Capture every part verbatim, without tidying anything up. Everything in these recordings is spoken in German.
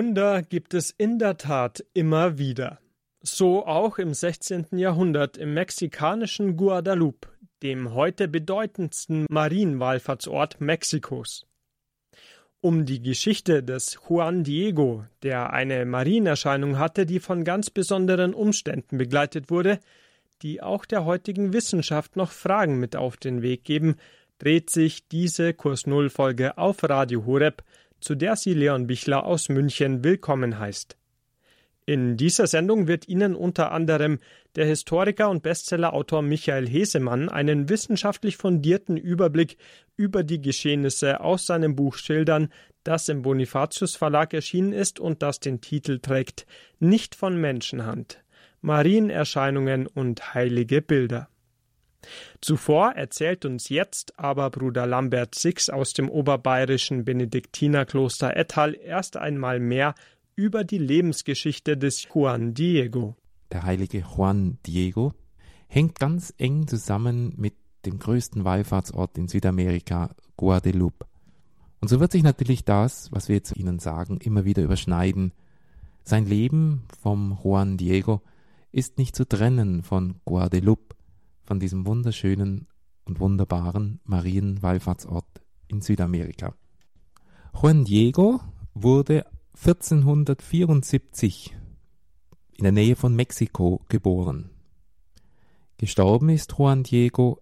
Wunder gibt es in der Tat immer wieder. So auch im sechzehnten Jahrhundert im mexikanischen Guadalupe, dem heute bedeutendsten Marienwallfahrtsort Mexikos. Um die Geschichte des Juan Diego, der eine Marienerscheinung hatte, die von ganz besonderen Umständen begleitet wurde, die auch der heutigen Wissenschaft noch Fragen mit auf den Weg geben, dreht sich diese Kurs Null Folge auf Radio Horeb, zu der sie Leon Bichler aus München willkommen heißt. In dieser Sendung wird Ihnen unter anderem der Historiker und Bestsellerautor Michael Hesemann einen wissenschaftlich fundierten Überblick über die Geschehnisse aus seinem Buch schildern, das im Bonifatius Verlag erschienen ist und das den Titel trägt »Nicht von Menschenhand. Marienerscheinungen und heilige Bilder«. Zuvor erzählt uns jetzt aber Bruder Lambert Six aus dem oberbayerischen Benediktinerkloster Ettal erst einmal mehr über die Lebensgeschichte des Juan Diego. Der heilige Juan Diego hängt ganz eng zusammen mit dem größten Wallfahrtsort in Südamerika, Guadalupe. Und so wird sich natürlich das, was wir jetzt Ihnen sagen, immer wieder überschneiden. Sein Leben vom Juan Diego ist nicht zu trennen von Guadalupe, von diesem wunderschönen und wunderbaren Marienwallfahrtsort in Südamerika. Juan Diego wurde vierzehnhundertvierundsiebzig in der Nähe von Mexiko geboren. Gestorben ist Juan Diego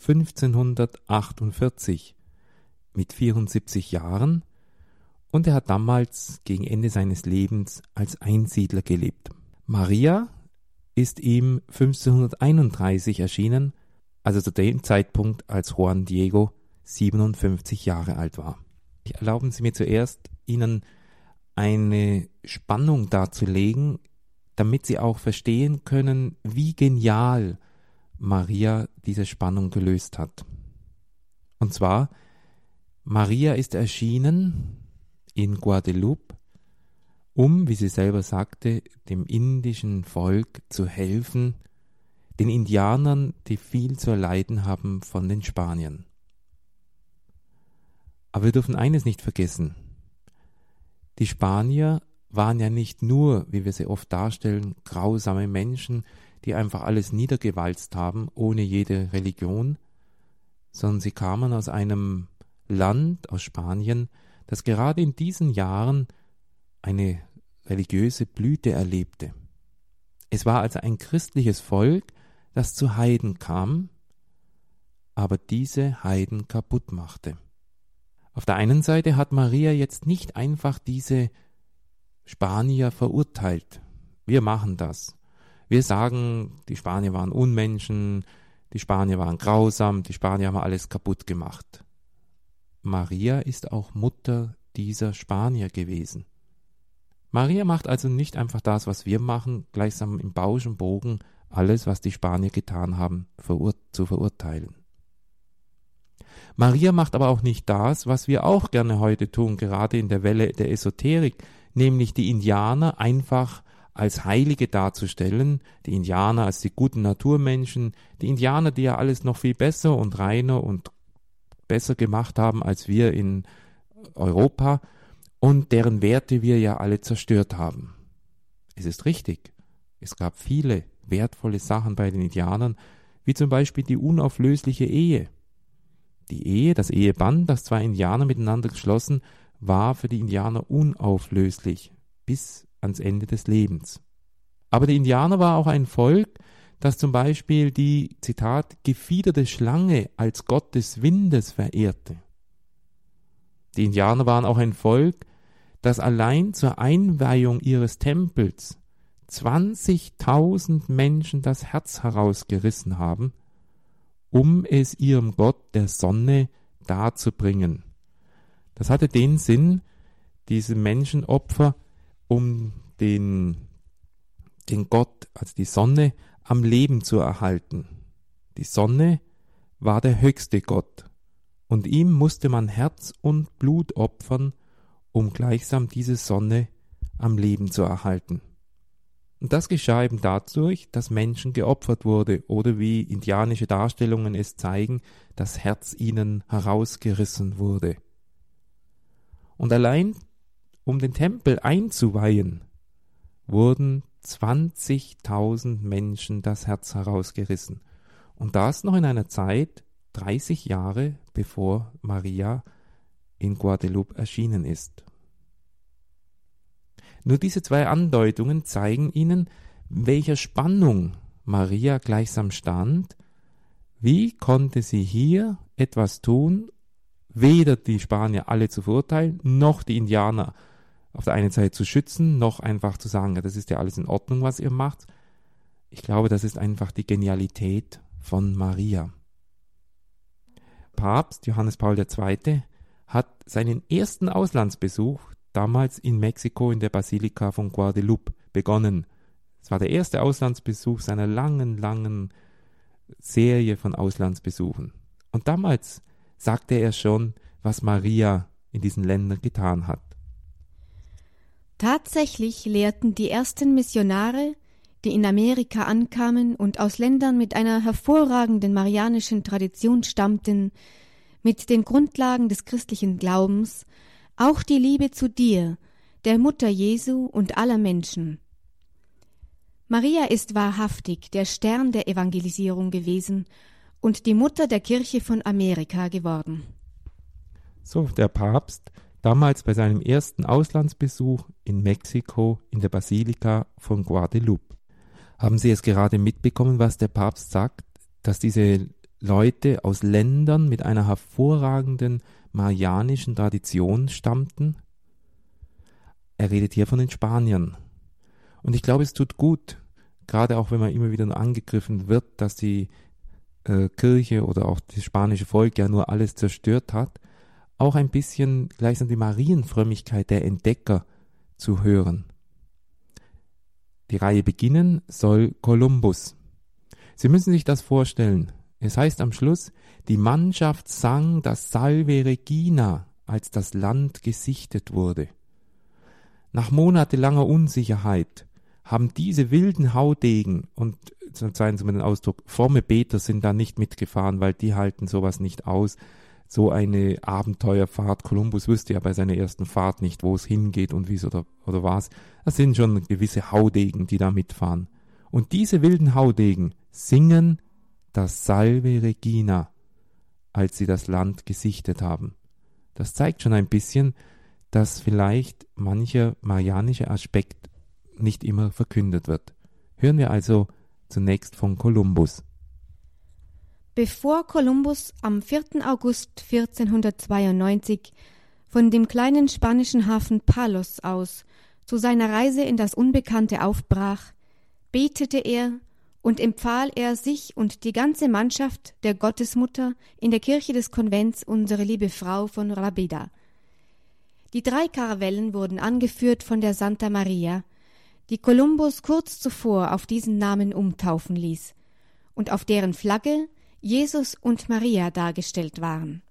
fünfzehnhundertachtundvierzig mit vierundsiebzig Jahren und er hat damals gegen Ende seines Lebens als Einsiedler gelebt. Maria ist ihm fünfzehnhunderteinunddreißig erschienen, also zu dem Zeitpunkt, als Juan Diego siebenundfünfzig Jahre alt war. Erlauben Sie mir zuerst, Ihnen eine Spannung darzulegen, damit Sie auch verstehen können, wie genial Maria diese Spannung gelöst hat. Und zwar, Maria ist erschienen in Guadalupe, um, wie sie selber sagte, dem indischen Volk zu helfen, den Indianern, die viel zu erleiden haben von den Spaniern. Aber wir dürfen eines nicht vergessen. Die Spanier waren ja nicht nur, wie wir sie oft darstellen, grausame Menschen, die einfach alles niedergewalzt haben, ohne jede Religion, sondern sie kamen aus einem Land, aus Spanien, das gerade in diesen Jahren eine religiöse Blüte erlebte. Es war also ein christliches Volk, das zu Heiden kam, aber diese Heiden kaputt machte. Auf der einen Seite hat Maria jetzt nicht einfach diese Spanier verurteilt. Wir machen das. Wir sagen, die Spanier waren Unmenschen, die Spanier waren grausam, die Spanier haben alles kaputt gemacht. Maria ist auch Mutter dieser Spanier gewesen. Maria macht also nicht einfach das, was wir machen, gleichsam im Bausch und Bogen alles, was die Spanier getan haben, verur- zu verurteilen. Maria macht aber auch nicht das, was wir auch gerne heute tun, gerade in der Welle der Esoterik, nämlich die Indianer einfach als Heilige darzustellen, die Indianer als die guten Naturmenschen, die Indianer, die ja alles noch viel besser und reiner und besser gemacht haben als wir in Europa und deren Werte wir ja alle zerstört haben. Es ist richtig, es gab viele wertvolle Sachen bei den Indianern, wie zum Beispiel die unauflösliche Ehe. Die Ehe, das Eheband, das zwei Indianer miteinander geschlossen, war für die Indianer unauflöslich bis ans Ende des Lebens. Aber die Indianer war auch ein Volk, das zum Beispiel die, Zitat, gefiederte Schlange als Gott des Windes verehrte. Die Indianer waren auch ein Volk, das allein zur Einweihung ihres Tempels zwanzigtausend Menschen das Herz herausgerissen haben, um es ihrem Gott der Sonne darzubringen. Das hatte den Sinn, diese Menschenopfer, um den, den Gott, also die Sonne, am Leben zu erhalten. Die Sonne war der höchste Gott, und ihm musste man Herz und Blut opfern, um gleichsam diese Sonne am Leben zu erhalten. Und das geschah eben dadurch, dass Menschen geopfert wurde oder wie indianische Darstellungen es zeigen, das Herz ihnen herausgerissen wurde. Und allein um den Tempel einzuweihen, wurden zwanzigtausend Menschen das Herz herausgerissen. Und das noch in einer Zeit, dreißig Jahre bevor Maria in Guadeloupe erschienen ist. Nur diese zwei Andeutungen zeigen Ihnen, in welcher Spannung Maria gleichsam stand. Wie konnte sie hier etwas tun, weder die Spanier alle zu verurteilen, noch die Indianer auf der einen Seite zu schützen, noch einfach zu sagen, ja, das ist ja alles in Ordnung, was ihr macht. Ich glaube, das ist einfach die Genialität von Maria. Papst Johannes Paul der Zweite hat seinen ersten Auslandsbesuch damals in Mexiko in der Basilika von Guadeloupe begonnen. Es war der erste Auslandsbesuch seiner langen, langen Serie von Auslandsbesuchen. Und damals sagte er schon, was Maria in diesen Ländern getan hat. Tatsächlich lehrten die ersten Missionare, die in Amerika ankamen und aus Ländern mit einer hervorragenden marianischen Tradition stammten, mit den Grundlagen des christlichen Glaubens, auch die Liebe zu dir, der Mutter Jesu und aller Menschen. Maria ist wahrhaftig der Stern der Evangelisierung gewesen und die Mutter der Kirche von Amerika geworden. So, der Papst, damals bei seinem ersten Auslandsbesuch in Mexiko in der Basilika von Guadeloupe. Haben Sie es gerade mitbekommen, was der Papst sagt, dass diese Leute aus Ländern mit einer hervorragenden marianischen Tradition stammten? Er redet hier von den Spaniern. Und ich glaube, es tut gut, gerade auch wenn man immer wieder angegriffen wird, dass die äh, Kirche oder auch das spanische Volk ja nur alles zerstört hat, auch ein bisschen gleichsam die Marienfrömmigkeit der Entdecker zu hören. Die Reihe beginnen soll Kolumbus. Sie müssen sich das vorstellen. Es heißt am Schluss, die Mannschaft sang das Salve Regina, als das Land gesichtet wurde. Nach monatelanger Unsicherheit haben diese wilden Haudegen, und verzeihen Sie mir den Ausdruck, fromme Beter sind da nicht mitgefahren, weil die halten sowas nicht aus. So eine Abenteuerfahrt, Kolumbus wusste ja bei seiner ersten Fahrt nicht, wo es hingeht und wie es oder, oder was. Das sind schon gewisse Haudegen, die da mitfahren. Und diese wilden Haudegen singen das Salve Regina, als sie das Land gesichtet haben. Das zeigt schon ein bisschen, dass vielleicht mancher marianische Aspekt nicht immer verkündet wird. Hören wir also zunächst von Kolumbus. Bevor Kolumbus am vierten August vierzehnhundertzweiundneunzig von dem kleinen spanischen Hafen Palos aus zu seiner Reise in das Unbekannte aufbrach, betete er und empfahl er sich und die ganze Mannschaft der Gottesmutter in der Kirche des Konvents Unsere Liebe Frau von Rabida. Die drei Karavellen wurden angeführt von der Santa Maria, die Kolumbus kurz zuvor auf diesen Namen umtaufen ließ und auf deren Flagge Jesus und Maria dargestellt waren.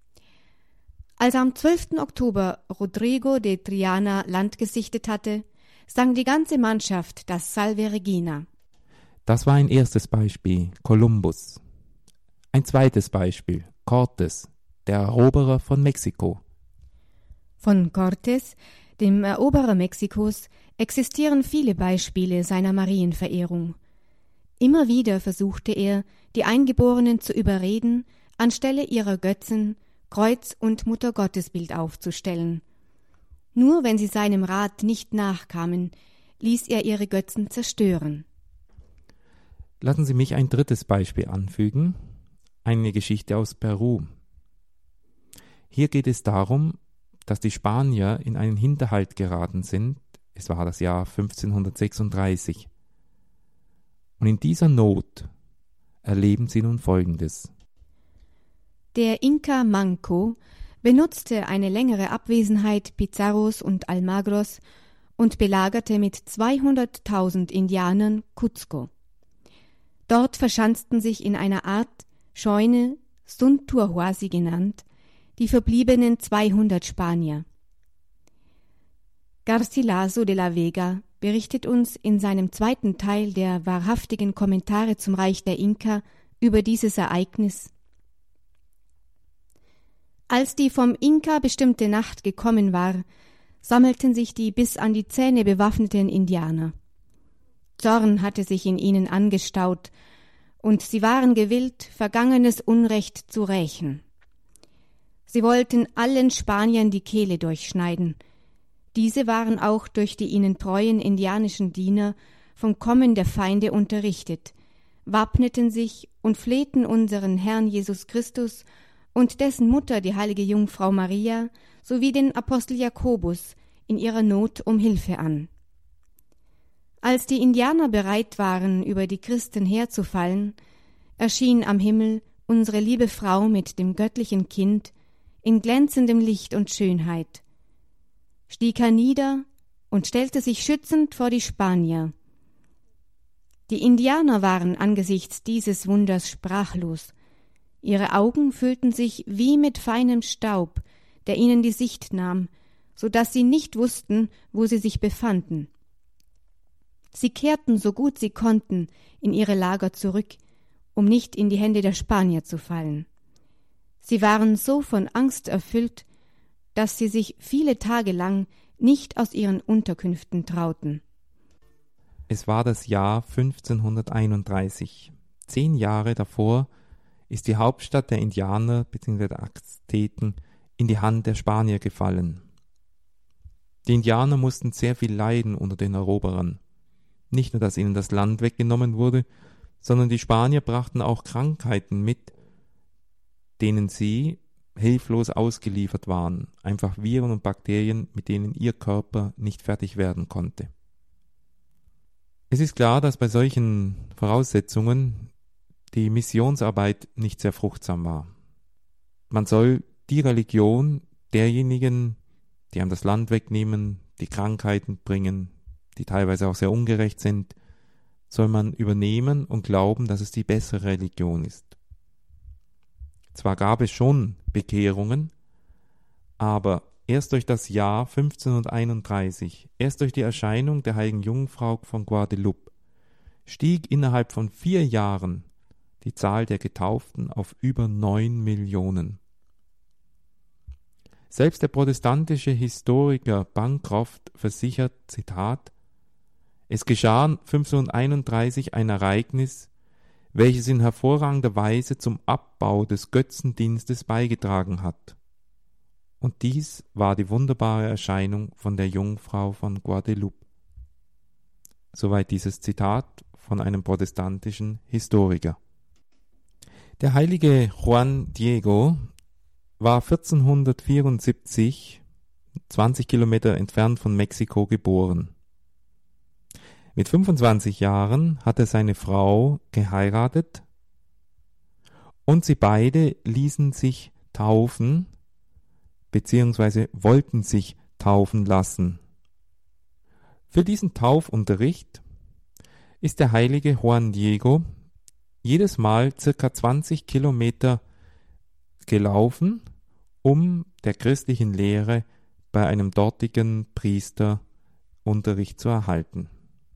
Als am zwölften Oktober Rodrigo de Triana Land gesichtet hatte, sang die ganze Mannschaft das Salve Regina. Das war ein erstes Beispiel, Kolumbus. Ein zweites Beispiel, Cortés, der Eroberer von Mexiko. Von Cortés, dem Eroberer Mexikos, existieren viele Beispiele seiner Marienverehrung. Immer wieder versuchte er, die Eingeborenen zu überreden, anstelle ihrer Götzen Kreuz- und Muttergottesbild aufzustellen. Nur wenn sie seinem Rat nicht nachkamen, ließ er ihre Götzen zerstören. Lassen Sie mich ein drittes Beispiel anfügen, eine Geschichte aus Peru. Hier geht es darum, dass die Spanier in einen Hinterhalt geraten sind. Es war das Jahr fünfzehnhundertsechsunddreißig. Und in dieser Not erleben sie nun Folgendes. Der Inka Manco benutzte eine längere Abwesenheit Pizarros und Almagros und belagerte mit zweihunderttausend Indianern Cuzco. Dort verschanzten sich in einer Art Scheune, Sunturhuasi genannt, die verbliebenen zweihundert Spanier. Garcilaso de la Vega berichtet uns in seinem zweiten Teil der wahrhaftigen Kommentare zum Reich der Inka über dieses Ereignis. Als die vom Inka bestimmte Nacht gekommen war, sammelten sich die bis an die Zähne bewaffneten Indianer. Zorn hatte sich in ihnen angestaut, und sie waren gewillt, vergangenes Unrecht zu rächen. Sie wollten allen Spaniern die Kehle durchschneiden. Diese waren auch durch die ihnen treuen indianischen Diener vom Kommen der Feinde unterrichtet, wappneten sich und flehten unseren Herrn Jesus Christus und dessen Mutter, die heilige Jungfrau Maria, sowie den Apostel Jakobus in ihrer Not um Hilfe an. Als die Indianer bereit waren, über die Christen herzufallen, erschien am Himmel unsere liebe Frau mit dem göttlichen Kind in glänzendem Licht und Schönheit, stieg hernieder und stellte sich schützend vor die Spanier. Die Indianer waren angesichts dieses Wunders sprachlos. Ihre Augen füllten sich wie mit feinem Staub, der ihnen die Sicht nahm, so daß sie nicht wussten, wo sie sich befanden. Sie kehrten, so gut sie konnten, in ihre Lager zurück, um nicht in die Hände der Spanier zu fallen. Sie waren so von Angst erfüllt, dass sie sich viele Tage lang nicht aus ihren Unterkünften trauten. Es war das Jahr fünfzehnhunderteinunddreißig. Zehn Jahre davor ist die Hauptstadt der Indianer bzw. der Azteken in die Hand der Spanier gefallen. Die Indianer mussten sehr viel leiden unter den Eroberern. Nicht nur, dass ihnen das Land weggenommen wurde, sondern die Spanier brachten auch Krankheiten mit, denen sie hilflos ausgeliefert waren, einfach Viren und Bakterien, mit denen ihr Körper nicht fertig werden konnte. Es ist klar, dass bei solchen Voraussetzungen die Missionsarbeit nicht sehr fruchtsam war. Man soll die Religion derjenigen, die einem das Land wegnehmen, die Krankheiten bringen, die teilweise auch sehr ungerecht sind, soll man übernehmen und glauben, dass es die bessere Religion ist. Zwar gab es schon Bekehrungen, aber erst durch das Jahr fünfzehnhunderteinunddreißig, erst durch die Erscheinung der heiligen Jungfrau von Guadalupe, stieg innerhalb von vier Jahren die Zahl der Getauften auf über neun Millionen. Selbst der protestantische Historiker Bancroft versichert, Zitat, es geschah fünfzehnhunderteinunddreißig ein Ereignis, welches in hervorragender Weise zum Abbau des Götzendienstes beigetragen hat. Und dies war die wunderbare Erscheinung von der Jungfrau von Guadalupe. Soweit dieses Zitat von einem protestantischen Historiker. Der heilige Juan Diego war vierzehnhundertvierundsiebzig, zwanzig Kilometer entfernt von Mexiko, geboren. Mit fünfundzwanzig Jahren hat er seine Frau geheiratet und sie beide ließen sich taufen bzw. wollten sich taufen lassen. Für diesen Taufunterricht ist der heilige Juan Diego jedes Mal circa zwanzig Kilometer gelaufen, um der christlichen Lehre bei einem dortigen Priester Unterricht zu erhalten.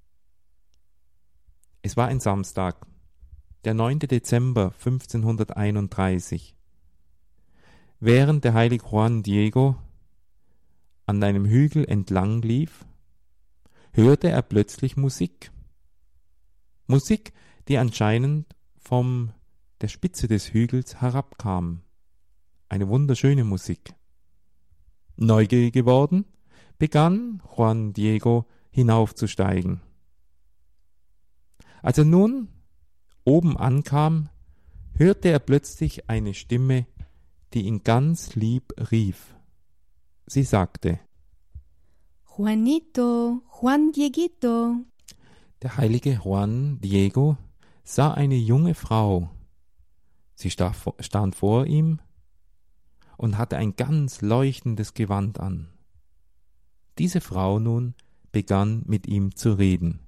Es war ein Samstag, der neunte Dezember fünfzehnhunderteinunddreißig. Während der heilige Juan Diego an einem Hügel entlang lief, hörte er plötzlich Musik. Musik, die anscheinend von der Spitze des Hügels herabkam. Eine wunderschöne Musik. Neugierig geworden, begann Juan Diego hinaufzusteigen. Als er nun oben ankam, hörte er plötzlich eine Stimme, die ihn ganz lieb rief. Sie sagte: Juanito, Juan Dieguito. Der heilige Juan Diego sah eine junge Frau. Sie stand vor ihm und hatte ein ganz leuchtendes Gewand an. Diese Frau nun begann mit ihm zu reden.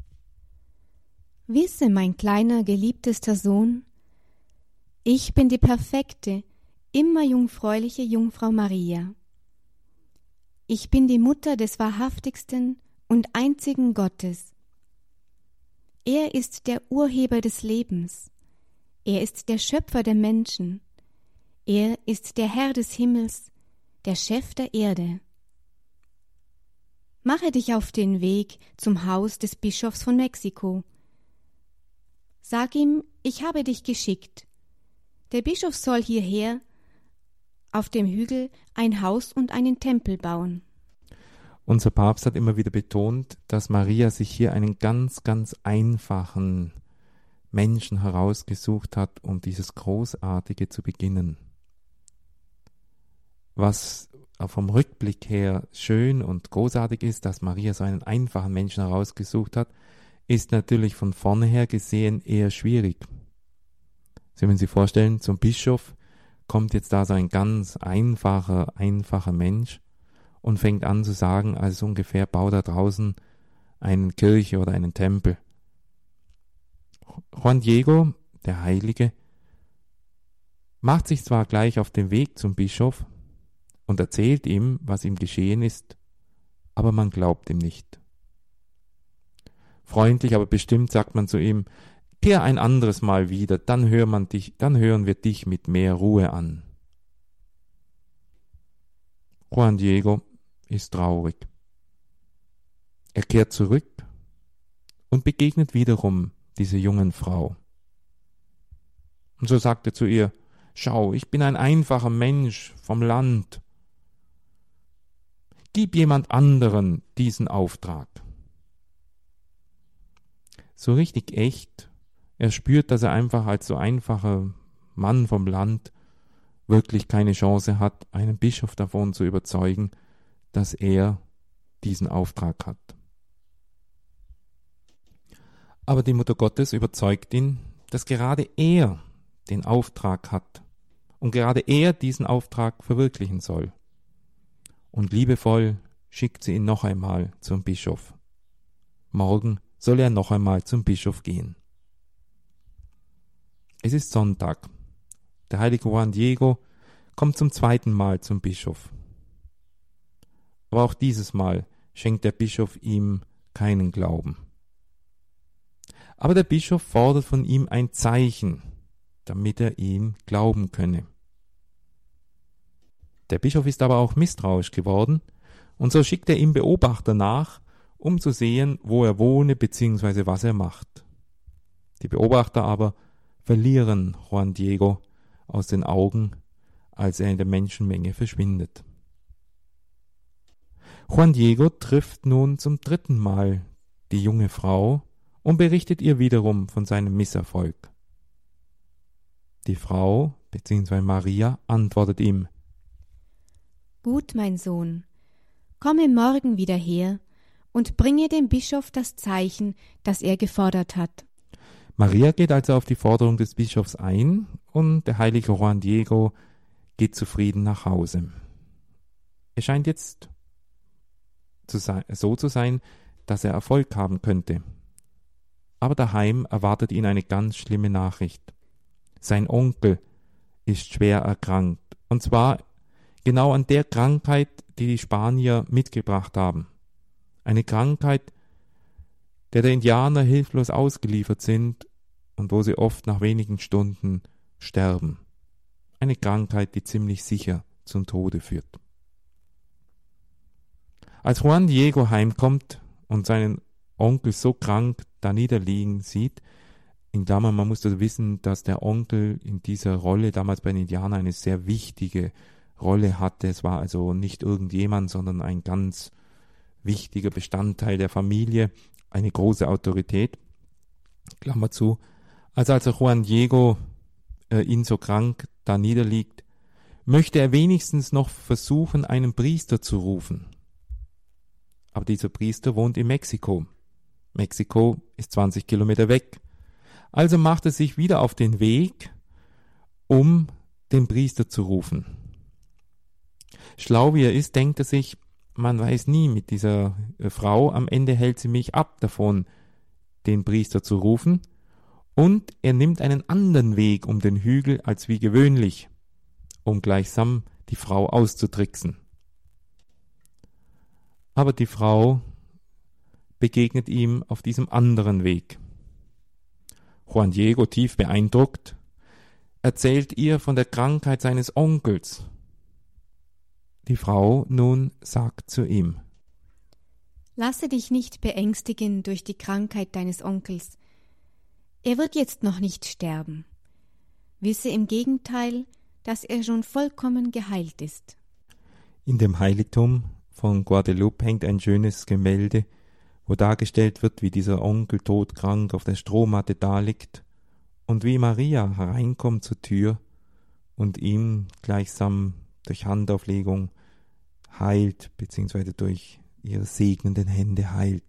Wisse, mein kleiner, geliebtester Sohn, ich bin die perfekte, immer jungfräuliche Jungfrau Maria. Ich bin die Mutter des wahrhaftigsten und einzigen Gottes. Er ist der Urheber des Lebens. Er ist der Schöpfer der Menschen. Er ist der Herr des Himmels, der Chef der Erde. Mache dich auf den Weg zum Haus des Bischofs von Mexiko. Sag ihm, ich habe dich geschickt. Der Bischof soll hierher auf dem Hügel ein Haus und einen Tempel bauen. Unser Papst hat immer wieder betont, dass Maria sich hier einen ganz, ganz einfachen Menschen herausgesucht hat, um dieses Großartige zu beginnen. Was vom Rückblick her schön und großartig ist, dass Maria so einen einfachen Menschen herausgesucht hat, ist natürlich von vorne her gesehen eher schwierig. Sie müssen sich vorstellen, zum Bischof kommt jetzt da so ein ganz einfacher, einfacher Mensch und fängt an zu sagen, also ungefähr, bau da draußen eine Kirche oder einen Tempel. Juan Diego, der Heilige, macht sich zwar gleich auf den Weg zum Bischof und erzählt ihm, was ihm geschehen ist, aber man glaubt ihm nicht. Freundlich, aber bestimmt sagt man zu ihm, kehr ein anderes Mal wieder, dann, hör man dich, dann hören wir dich mit mehr Ruhe an. Juan Diego ist traurig. Er kehrt zurück und begegnet wiederum dieser jungen Frau. Und so sagt er zu ihr, schau, ich bin ein einfacher Mensch vom Land. Gib jemand anderen diesen Auftrag. So richtig echt. Er spürt, dass er einfach als so einfacher Mann vom Land wirklich keine Chance hat, einen Bischof davon zu überzeugen, dass er diesen Auftrag hat. Aber die Mutter Gottes überzeugt ihn, dass gerade er den Auftrag hat und gerade er diesen Auftrag verwirklichen soll. Und liebevoll schickt sie ihn noch einmal zum Bischof. Morgen soll er noch einmal zum Bischof gehen. Es ist Sonntag. Der heilige Juan Diego kommt zum zweiten Mal zum Bischof. Aber auch dieses Mal schenkt der Bischof ihm keinen Glauben. Aber der Bischof fordert von ihm ein Zeichen, damit er ihm glauben könne. Der Bischof ist aber auch misstrauisch geworden, und so schickt er ihm Beobachter nach, um zu sehen, wo er wohne bzw. was er macht. Die Beobachter aber verlieren Juan Diego aus den Augen, als er in der Menschenmenge verschwindet. Juan Diego trifft nun zum dritten Mal die junge Frau und berichtet ihr wiederum von seinem Misserfolg. Die Frau bzw. Maria antwortet ihm: Gut, mein Sohn, komme morgen wieder her und bringe dem Bischof das Zeichen, das er gefordert hat. Maria geht also auf die Forderung des Bischofs ein und der heilige Juan Diego geht zufrieden nach Hause. Es scheint jetzt zu sein, so zu sein, dass er Erfolg haben könnte. Aber daheim erwartet ihn eine ganz schlimme Nachricht. Sein Onkel ist schwer erkrankt, und zwar genau an der Krankheit, die die Spanier mitgebracht haben. Eine Krankheit, der die Indianer hilflos ausgeliefert sind und wo sie oft nach wenigen Stunden sterben. Eine Krankheit, die ziemlich sicher zum Tode führt. Als Juan Diego heimkommt und seinen Onkel so krank da niederliegen sieht, in Klammern, man muss das wissen, dass der Onkel in dieser Rolle damals bei den Indianern eine sehr wichtige Rolle hatte. Es war also nicht irgendjemand, sondern ein ganz wichtiger Bestandteil der Familie, eine große Autorität. Klammer zu. Also als Juan Diego äh, ihn so krank da niederliegt, möchte er wenigstens noch versuchen, einen Priester zu rufen. Aber dieser Priester wohnt in Mexiko. Mexiko ist zwanzig Kilometer weg. Also macht er sich wieder auf den Weg, um den Priester zu rufen. Schlau wie er ist, denkt er sich, man weiß nie mit dieser Frau, am Ende hält sie mich ab davon, den Priester zu rufen, und er nimmt einen anderen Weg um den Hügel als wie gewöhnlich, um gleichsam die Frau auszutricksen. Aber die Frau begegnet ihm auf diesem anderen Weg. Juan Diego, tief beeindruckt, erzählt ihr von der Krankheit seines Onkels. Die Frau nun sagt zu ihm: Lasse dich nicht beängstigen durch die Krankheit deines Onkels. Er wird jetzt noch nicht sterben. Wisse im Gegenteil, dass er schon vollkommen geheilt ist. In dem Heiligtum von Guadeloupe hängt ein schönes Gemälde, wo dargestellt wird, wie dieser Onkel todkrank auf der Strohmatte daliegt und wie Maria hereinkommt zur Tür und ihm gleichsam durch Handauflegung heilt, beziehungsweise durch ihre segnenden Hände heilt.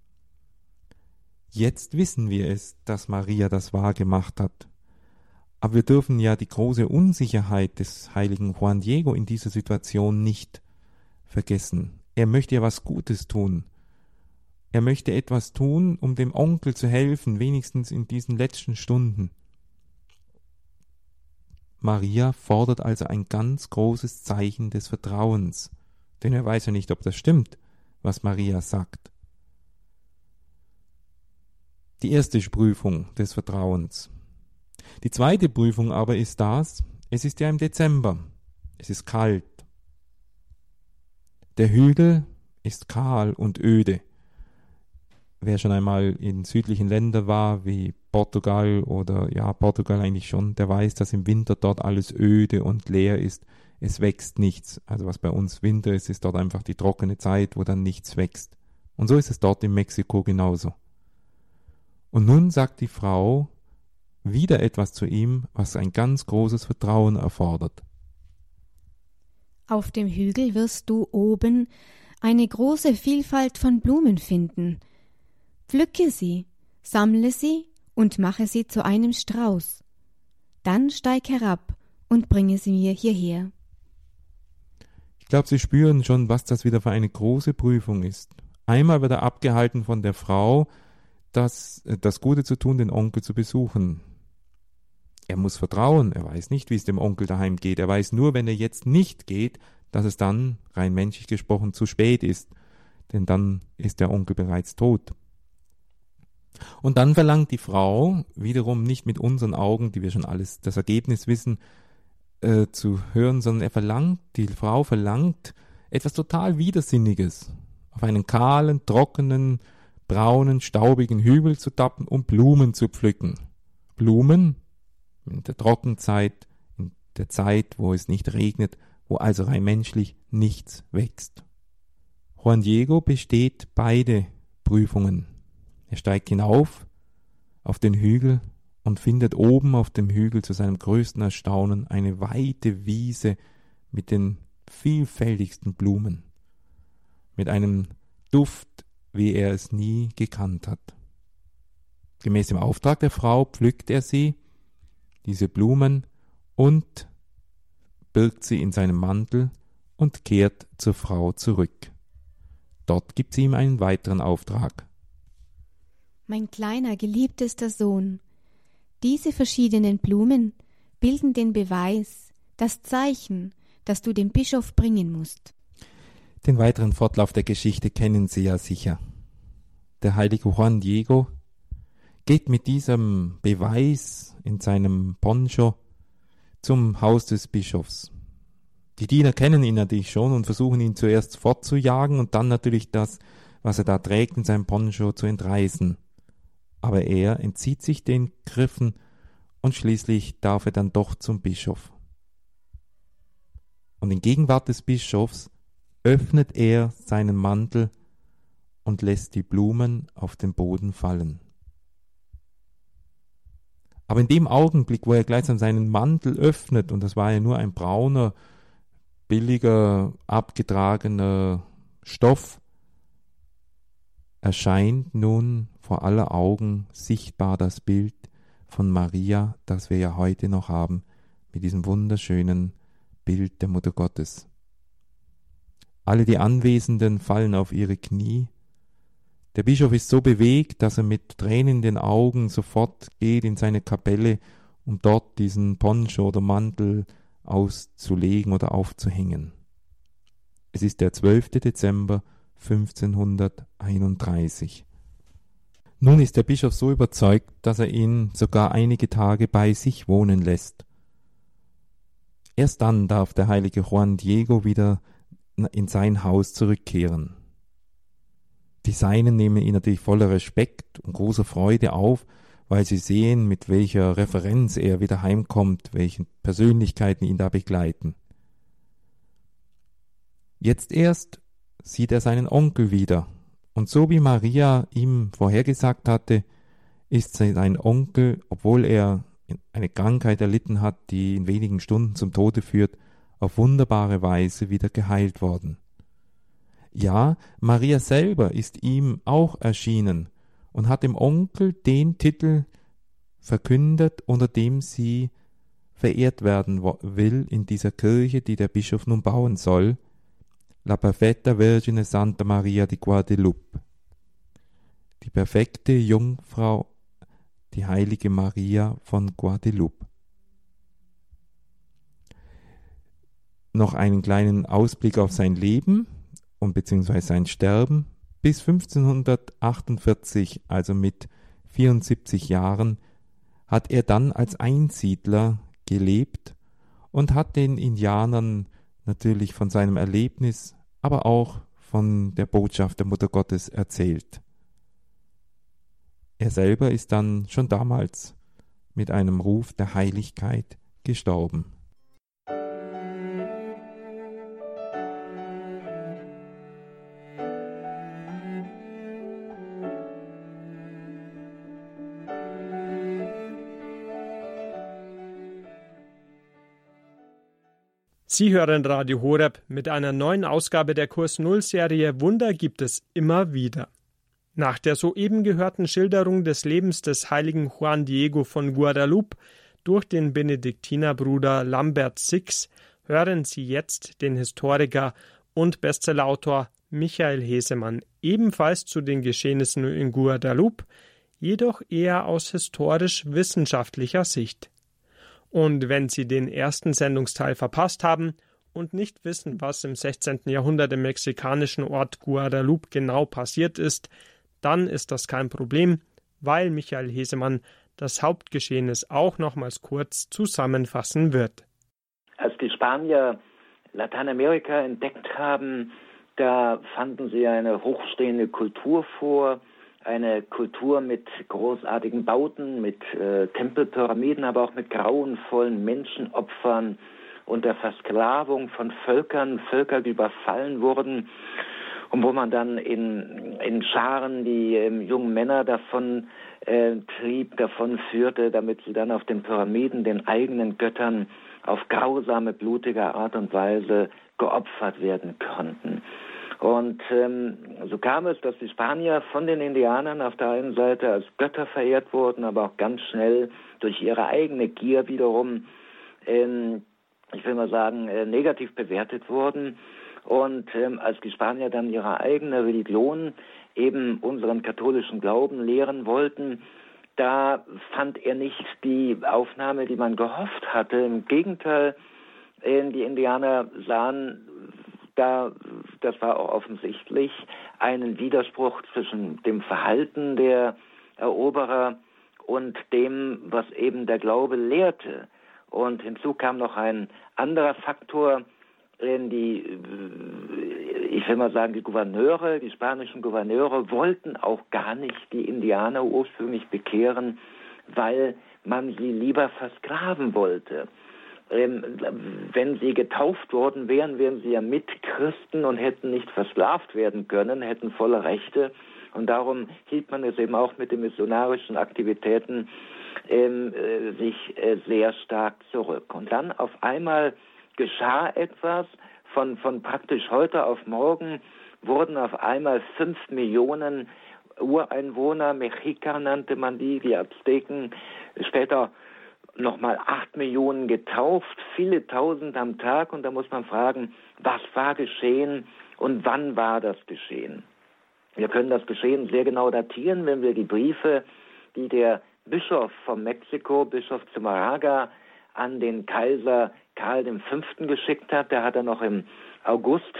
Jetzt wissen wir es, dass Maria das wahr gemacht hat. Aber wir dürfen ja die große Unsicherheit des heiligen Juan Diego in dieser Situation nicht vergessen. Er möchte ja was Gutes tun. Er möchte etwas tun, um dem Onkel zu helfen, wenigstens in diesen letzten Stunden. Maria fordert also ein ganz großes Zeichen des Vertrauens, denn er weiß ja nicht, ob das stimmt, was Maria sagt. Die erste Prüfung des Vertrauens. Die zweite Prüfung aber ist das, es ist ja im Dezember, es ist kalt. Der Hügel ist kahl und öde. Wer schon einmal in südlichen Ländern war, wie Portugal oder ja, Portugal eigentlich schon, der weiß, dass im Winter dort alles öde und leer ist. Es wächst nichts. Also was bei uns Winter ist, ist dort einfach die trockene Zeit, wo dann nichts wächst. Und so ist es dort in Mexiko genauso. Und nun sagt die Frau wieder etwas zu ihm, was ein ganz großes Vertrauen erfordert. Auf dem Hügel wirst du oben eine große Vielfalt von Blumen finden. Pflücke sie, sammle sie und mache sie zu einem Strauß. Dann steig herab und bringe sie mir hierher. Ich glaube, Sie spüren schon, was das wieder für eine große Prüfung ist. Einmal wird er abgehalten von der Frau, das, das Gute zu tun, den Onkel zu besuchen. Er muss vertrauen, er weiß nicht, wie es dem Onkel daheim geht. Er weiß nur, wenn er jetzt nicht geht, dass es dann, rein menschlich gesprochen, zu spät ist. Denn dann ist der Onkel bereits tot. Und dann verlangt die Frau, wiederum nicht mit unseren Augen, die wir schon alles, das Ergebnis wissen, äh, zu hören, sondern er verlangt, die Frau verlangt etwas total Widersinniges. Auf einen kahlen, trockenen, braunen, staubigen Hügel zu tappen und Blumen zu pflücken. Blumen in der Trockenzeit, in der Zeit, wo es nicht regnet, wo also rein menschlich nichts wächst. Juan Diego besteht beide Prüfungen. Er steigt hinauf auf den Hügel und findet oben auf dem Hügel zu seinem größten Erstaunen eine weite Wiese mit den vielfältigsten Blumen, mit einem Duft, wie er es nie gekannt hat. Gemäß dem Auftrag der Frau pflückt er sie, diese Blumen, und birgt sie in seinem Mantel und kehrt zur Frau zurück. Dort gibt sie ihm einen weiteren Auftrag. Mein kleiner, geliebtester Sohn, diese verschiedenen Blumen bilden den Beweis, das Zeichen, das du dem Bischof bringen musst. Den weiteren Fortlauf der Geschichte kennen Sie ja sicher. Der heilige Juan Diego geht mit diesem Beweis in seinem Poncho zum Haus des Bischofs. Die Diener kennen ihn natürlich schon und versuchen ihn zuerst fortzujagen und dann natürlich das, was er da trägt, in seinem Poncho zu entreißen. Aber er entzieht sich den Griffen und schließlich darf er dann doch zum Bischof. Und in Gegenwart des Bischofs öffnet er seinen Mantel und lässt die Blumen auf den Boden fallen. Aber in dem Augenblick, wo er gleichsam seinen Mantel öffnet, und das war ja nur ein brauner, billiger, abgetragener Stoff, erscheint nun vor aller Augen sichtbar das Bild von Maria, das wir ja heute noch haben, mit diesem wunderschönen Bild der Mutter Gottes. Alle die Anwesenden fallen auf ihre Knie. Der Bischof ist so bewegt, dass er mit Tränen in den Augen sofort geht in seine Kapelle, um dort diesen Poncho oder Mantel auszulegen oder aufzuhängen. Es ist der zwölfte Dezember fünfzehnhunderteinunddreißig. Nun ist der Bischof so überzeugt, dass er ihn sogar einige Tage bei sich wohnen lässt. Erst dann darf der heilige Juan Diego wieder in sein Haus zurückkehren. Die Seinen nehmen ihn natürlich voller Respekt und großer Freude auf, weil sie sehen, mit welcher Referenz er wieder heimkommt, welche Persönlichkeiten ihn da begleiten. Jetzt erst sieht er seinen Onkel wieder, und so wie Maria ihm vorhergesagt hatte, ist sein Onkel, obwohl er eine Krankheit erlitten hat, die in wenigen Stunden zum Tode führt, auf wunderbare Weise wieder geheilt worden. Ja, Maria selber ist ihm auch erschienen und hat dem Onkel den Titel verkündet, unter dem sie verehrt werden will in dieser Kirche, die der Bischof nun bauen soll, La Perfetta Vergine Santa Maria di Guadalupe, die perfekte Jungfrau, die heilige Maria von Guadalupe. Noch einen kleinen Ausblick auf sein Leben und beziehungsweise sein Sterben. Bis fünfzehnhundertachtundvierzig, also mit vierundsiebzig Jahren, hat er dann als Einsiedler gelebt und hat den Indianern natürlich von seinem Erlebnis, aber auch von der Botschaft der Mutter Gottes erzählt. Er selber ist dann schon damals mit einem Ruf der Heiligkeit gestorben. Sie hören Radio Horeb mit einer neuen Ausgabe der Kurs Null Serie Wunder gibt es immer wieder. Nach der soeben gehörten Schilderung des Lebens des heiligen Juan Diego von Guadalupe durch den Benediktinerbruder Lambert Six hören Sie jetzt den Historiker und Bestsellerautor Michael Hesemann ebenfalls zu den Geschehnissen in Guadalupe, jedoch eher aus historisch-wissenschaftlicher Sicht. Und wenn Sie den ersten Sendungsteil verpasst haben und nicht wissen, was im sechzehnten Jahrhundert im mexikanischen Ort Guadalupe genau passiert ist, dann ist das kein Problem, weil Michael Hesemann das Hauptgeschehnis auch nochmals kurz zusammenfassen wird. Als die Spanier Lateinamerika entdeckt haben, da fanden sie eine hochstehende Kultur vor, eine Kultur mit großartigen Bauten, mit äh, Tempelpyramiden, aber auch mit grauenvollen Menschenopfern und der Versklavung von Völkern, Völker, die überfallen wurden und wo man dann in, in Scharen die ähm, jungen Männer davon äh, trieb, davon führte, damit sie dann auf den Pyramiden den eigenen Göttern auf grausame, blutige Art und Weise geopfert werden konnten. Und ähm, so kam es, dass die Spanier von den Indianern auf der einen Seite als Götter verehrt wurden, aber auch ganz schnell durch ihre eigene Gier wiederum, ähm, ich will mal sagen, äh, negativ bewertet wurden. Und ähm, als die Spanier dann ihre eigene Religion, eben unseren katholischen Glauben lehren wollten, da fand er nicht die Aufnahme, die man gehofft hatte. Im Gegenteil, äh, die Indianer sahen da, das war auch offensichtlich, einen Widerspruch zwischen dem Verhalten der Eroberer und dem, was eben der Glaube lehrte. Und hinzu kam noch ein anderer Faktor, die, ich will mal sagen, die Gouverneure, die spanischen Gouverneure wollten auch gar nicht die Indianer ursprünglich bekehren, weil man sie lieber versklaven wollte. Ähm, wenn sie getauft worden wären, wären sie ja Mitchristen und hätten nicht versklavt werden können, hätten volle Rechte. Und darum hielt man es eben auch mit den missionarischen Aktivitäten ähm, äh, sich äh, sehr stark zurück. Und dann auf einmal geschah etwas, von, von praktisch heute auf morgen wurden auf einmal fünf Millionen Ureinwohner, Mexica nannte man die, die Azteken, später nochmal acht Millionen getauft, viele tausend am Tag. Und da muss man fragen, was war geschehen und wann war das geschehen? Wir können das Geschehen sehr genau datieren, wenn wir die Briefe, die der Bischof von Mexiko, Bischof Zumarraga, an den Kaiser Karl der Fünfte geschickt hat. Der hat er noch im August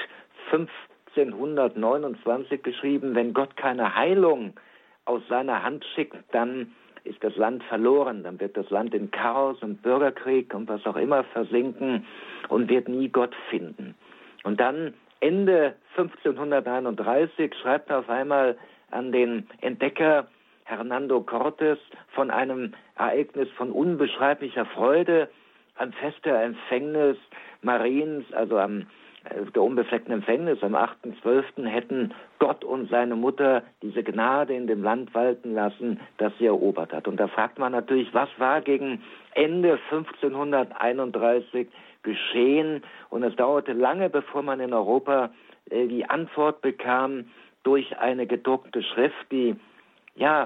fünfzehnhundertneunundzwanzig geschrieben, wenn Gott keine Heilung aus seiner Hand schickt, dann ist das Land verloren, dann wird das Land in Chaos und Bürgerkrieg und was auch immer versinken und wird nie Gott finden. Und dann Ende fünfzehnhunderteinunddreißig schreibt er auf einmal an den Entdecker Hernando Cortés von einem Ereignis von unbeschreiblicher Freude, am Fest der Empfängnis Mariens, also am der unbefleckten Empfängnis, am achten zwölften hätten Gott und seine Mutter diese Gnade in dem Land walten lassen, das sie erobert hat. Und da fragt man natürlich, was war gegen Ende fünfzehnhunderteinunddreißig geschehen? Und es dauerte lange, bevor man in Europa äh, die Antwort bekam durch eine gedruckte Schrift, die ja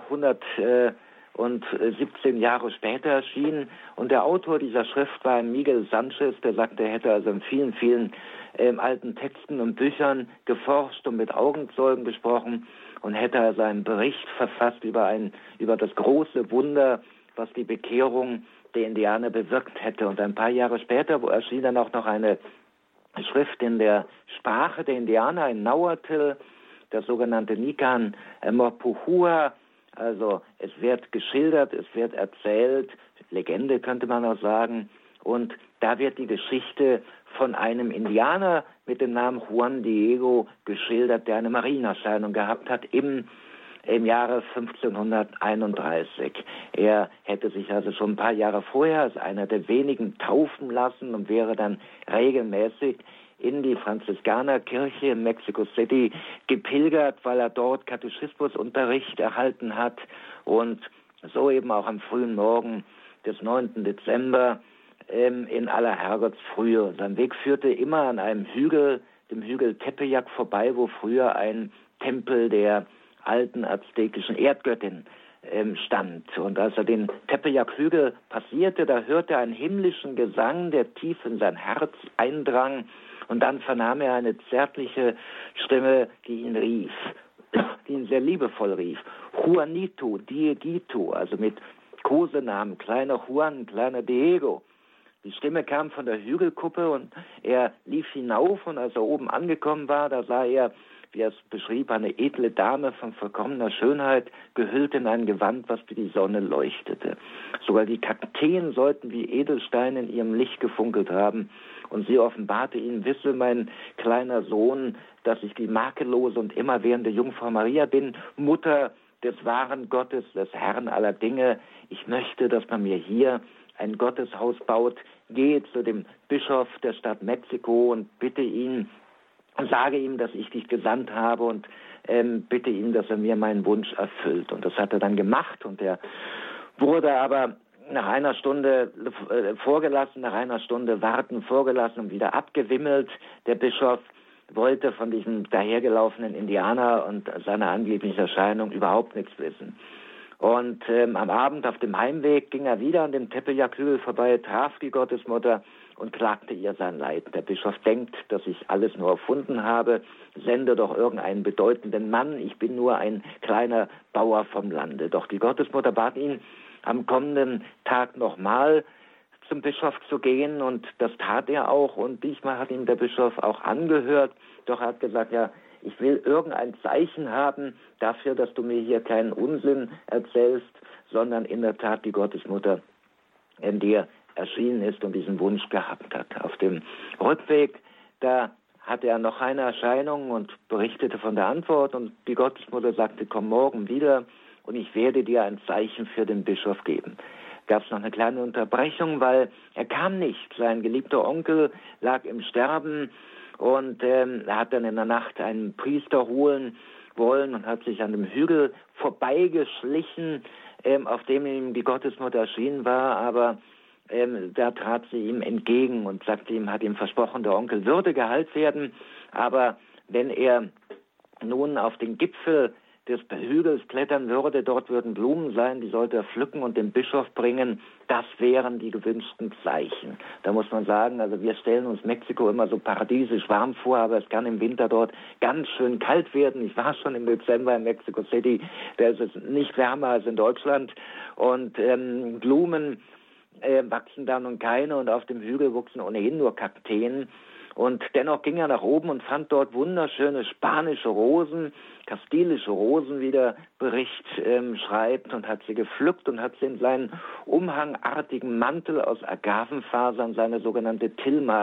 hundertsiebzehn Jahre später erschien. Und der Autor dieser Schrift war Miguel Sanchez, der sagte, er hätte also in vielen, vielen ähm, alten Texten und Büchern geforscht und mit Augenzeugen gesprochen und hätte also einen Bericht verfasst über, ein, über das große Wunder, was die Bekehrung der Indianer bewirkt hätte. Und ein paar Jahre später erschien dann auch noch eine Schrift in der Sprache der Indianer, ein Nahuatl, das sogenannte Nican Morpuhua. Also es wird geschildert, es wird erzählt, Legende könnte man auch sagen, und da wird die Geschichte von einem Indianer mit dem Namen Juan Diego geschildert, der eine Marienerscheinung gehabt hat im, im Jahre fünfzehnhunderteinunddreißig. Er hätte sich also schon ein paar Jahre vorher als einer der wenigen taufen lassen und wäre dann regelmäßig in die Franziskanerkirche in Mexico City gepilgert, weil er dort Katechismusunterricht erhalten hat und so eben auch am frühen Morgen des neunten Dezember ähm, in aller Herrgottsfrühe. Sein Weg führte immer an einem Hügel, dem Hügel Tepeyac vorbei, wo früher ein Tempel der alten aztekischen Erdgöttin ähm, stand. Und als er den Tepeyac-Hügel passierte, da hörte er einen himmlischen Gesang, der tief in sein Herz eindrang. Und dann vernahm er eine zärtliche Stimme, die ihn rief, die ihn sehr liebevoll rief. Juanito, Dieguito, also mit Kosenamen, kleiner Juan, kleiner Diego. Die Stimme kam von der Hügelkuppe und er lief hinauf und als er oben angekommen war, da sah er, wie er es beschrieb, eine edle Dame von vollkommener Schönheit, gehüllt in ein Gewand, was wie die Sonne leuchtete. Sogar die Kakteen sollten wie Edelsteine in ihrem Licht gefunkelt haben. Und sie offenbarte ihm, wisse mein kleiner Sohn, dass ich die makellose und immerwährende Jungfrau Maria bin, Mutter des wahren Gottes, des Herrn aller Dinge. Ich möchte, dass man mir hier ein Gotteshaus baut. Gehe zu dem Bischof der Stadt Mexiko und bitte ihn, sage ihm, dass ich dich gesandt habe und ähm, bitte ihn, dass er mir meinen Wunsch erfüllt. Und das hat er dann gemacht und er wurde aber nach einer Stunde äh, vorgelassen, nach einer Stunde warten vorgelassen und wieder abgewimmelt. Der Bischof wollte von diesem dahergelaufenen Indianer und seiner angeblichen Erscheinung überhaupt nichts wissen. Und ähm, am Abend auf dem Heimweg ging er wieder an dem Tepeyac-Hügel vorbei, traf die Gottesmutter und klagte ihr sein Leid. Der Bischof denkt, dass ich alles nur erfunden habe. Sende doch irgendeinen bedeutenden Mann. Ich bin nur ein kleiner Bauer vom Lande. Doch die Gottesmutter bat ihn, am kommenden Tag nochmal zum Bischof zu gehen und das tat er auch und diesmal hat ihm der Bischof auch angehört, doch er hat gesagt, ja, ich will irgendein Zeichen haben dafür, dass du mir hier keinen Unsinn erzählst, sondern in der Tat die Gottesmutter in dir erschienen ist und diesen Wunsch gehabt hat. Auf dem Rückweg, da hatte er noch eine Erscheinung und berichtete von der Antwort und die Gottesmutter sagte, komm morgen wieder und ich werde dir ein Zeichen für den Bischof geben. Gab es noch eine kleine Unterbrechung, weil er kam nicht. Sein geliebter Onkel lag im Sterben und ähm, er hat dann in der Nacht einen Priester holen wollen und hat sich an dem Hügel vorbeigeschlichen, ähm, auf dem ihm die Gottesmutter erschienen war, aber ähm, da trat sie ihm entgegen und sagte ihm, hat ihm versprochen, der Onkel würde geheilt werden, aber wenn er nun auf den Gipfel des Hügels klettern würde, dort würden Blumen sein, die sollte er pflücken und dem Bischof bringen, das wären die gewünschten Zeichen. Da muss man sagen, also wir stellen uns Mexiko immer so paradiesisch warm vor, aber es kann im Winter dort ganz schön kalt werden. Ich war schon im Dezember in Mexico City, da ist es nicht wärmer als in Deutschland und ähm, Blumen äh, wachsen da nun keine und auf dem Hügel wuchsen ohnehin nur Kakteen. Und dennoch ging er nach oben und fand dort wunderschöne spanische Rosen, kastilische Rosen, wie der Bericht ähm, schreibt, und hat sie gepflückt und hat sie in seinen umhangartigen Mantel aus Agavenfasern, seine sogenannte Tilma,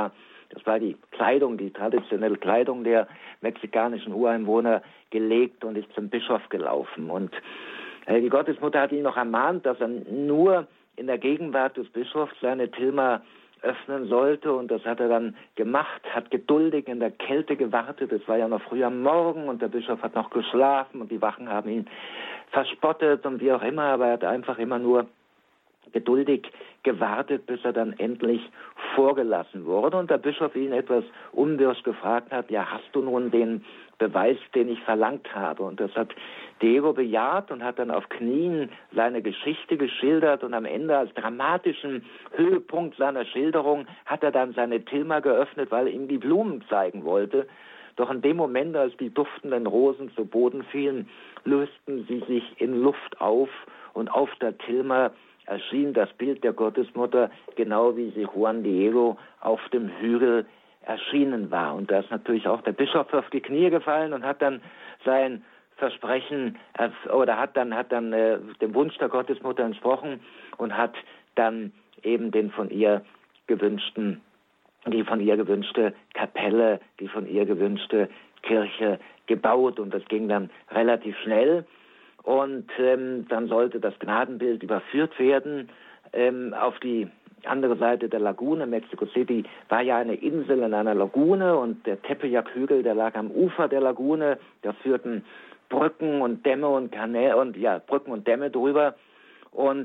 das war die Kleidung, die traditionelle Kleidung der mexikanischen Ureinwohner, gelegt und ist zum Bischof gelaufen. Und äh, die Gottesmutter hat ihn noch ermahnt, dass er nur in der Gegenwart des Bischofs seine Tilma öffnen sollte, und das hat er dann gemacht, hat geduldig in der Kälte gewartet. Es war ja noch früh am Morgen und der Bischof hat noch geschlafen und die Wachen haben ihn verspottet und wie auch immer, aber er hat einfach immer nur geduldig gewartet, bis er dann endlich vorgelassen wurde und der Bischof ihn etwas unwirsch gefragt hat, ja, hast du nun den Beweis, den ich verlangt habe? Und das hat Diego bejaht und hat dann auf Knien seine Geschichte geschildert und am Ende als dramatischen Höhepunkt seiner Schilderung hat er dann seine Tilma geöffnet, weil er ihm die Blumen zeigen wollte. Doch in dem Moment, als die duftenden Rosen zu Boden fielen, lösten sie sich in Luft auf und auf der Tilma erschien das Bild der Gottesmutter, genau wie sie Juan Diego auf dem Hügel erschienen war. Und da ist natürlich auch der Bischof auf die Knie gefallen und hat dann sein Versprechen oder hat dann hat dann äh, dem Wunsch der Gottesmutter entsprochen und hat dann eben den von ihr gewünschten, die von ihr gewünschte Kapelle, die von ihr gewünschte Kirche gebaut. Und das ging dann relativ schnell. Und ähm, dann sollte das Gnadenbild überführt werden ähm, auf die andere Seite der Lagune. Mexico City war ja eine Insel in einer Lagune und der Tepeyac-Hügel, der lag am Ufer der Lagune. Da führten Brücken und Dämme und Kanäle und ja Brücken und Dämme drüber. Und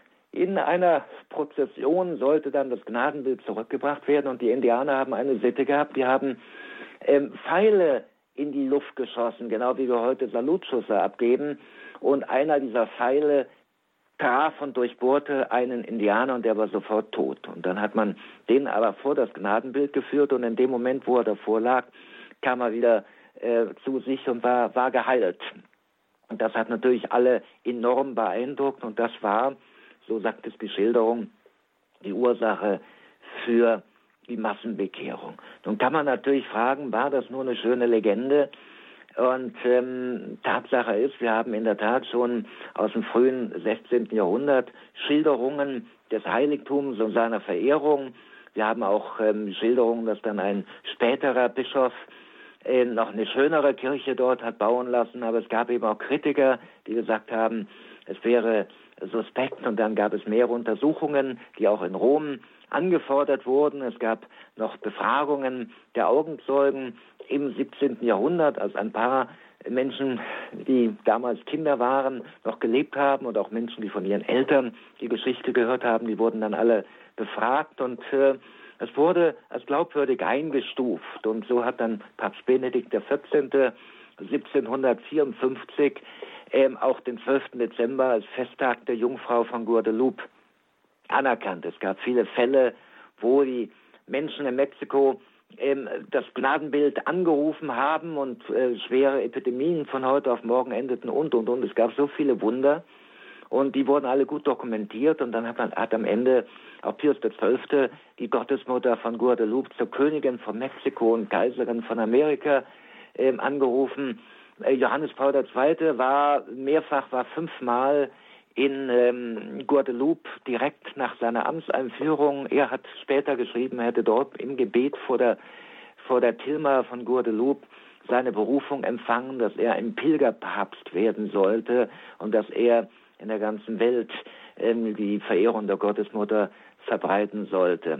in einer Prozession sollte dann das Gnadenbild zurückgebracht werden und die Indianer haben eine Sitte gehabt. Die haben ähm, Pfeile in die Luft geschossen, genau wie wir heute Salutschüsse abgeben. Und einer dieser Pfeile traf und durchbohrte einen Indianer und der war sofort tot. Und dann hat man den aber vor das Gnadenbild geführt und in dem Moment, wo er davor lag, kam er wieder äh, zu sich und war, war geheilt. Und das hat natürlich alle enorm beeindruckt und das war, so sagt es die Schilderung, die Ursache für die Massenbekehrung. Nun kann man natürlich fragen, war das nur eine schöne Legende? Und ähm, Tatsache ist, wir haben in der Tat schon aus dem frühen sechzehnten Jahrhundert Schilderungen des Heiligtums und seiner Verehrung. Wir haben auch ähm, Schilderungen, dass dann ein späterer Bischof äh, noch eine schönere Kirche dort hat bauen lassen. Aber es gab eben auch Kritiker, die gesagt haben, es wäre suspekt. Und dann gab es mehrere Untersuchungen, die auch in Rom angefordert wurden. Es gab noch Befragungen der Augenzeugen im siebzehnten Jahrhundert, als ein paar Menschen, die damals Kinder waren, noch gelebt haben und auch Menschen, die von ihren Eltern die Geschichte gehört haben, die wurden dann alle befragt und äh, es wurde als glaubwürdig eingestuft. Und so hat dann Papst Benedikt der vierzehnte siebzehnhundertvierundfünfzig ähm, auch den zwölften Dezember als Festtag der Jungfrau von Guadalupe anerkannt. Es gab viele Fälle, wo die Menschen in Mexiko ähm, das Gnadenbild angerufen haben und äh, schwere Epidemien von heute auf morgen endeten und, und, und. Es gab so viele Wunder und die wurden alle gut dokumentiert und dann hat man hat am Ende auch Pius der Zwölfte die Gottesmutter von Guadalupe zur Königin von Mexiko und Kaiserin von Amerika ähm, angerufen. Äh, Johannes Paul der Zweite war mehrfach, war fünfmal in ähm, Guadalupe direkt nach seiner Amtseinführung. Er hat später geschrieben, er hätte dort im Gebet vor der, vor der Tilma von Guadalupe seine Berufung empfangen, dass er ein Pilgerpapst werden sollte und dass er in der ganzen Welt ähm, die Verehrung der Gottesmutter verbreiten sollte.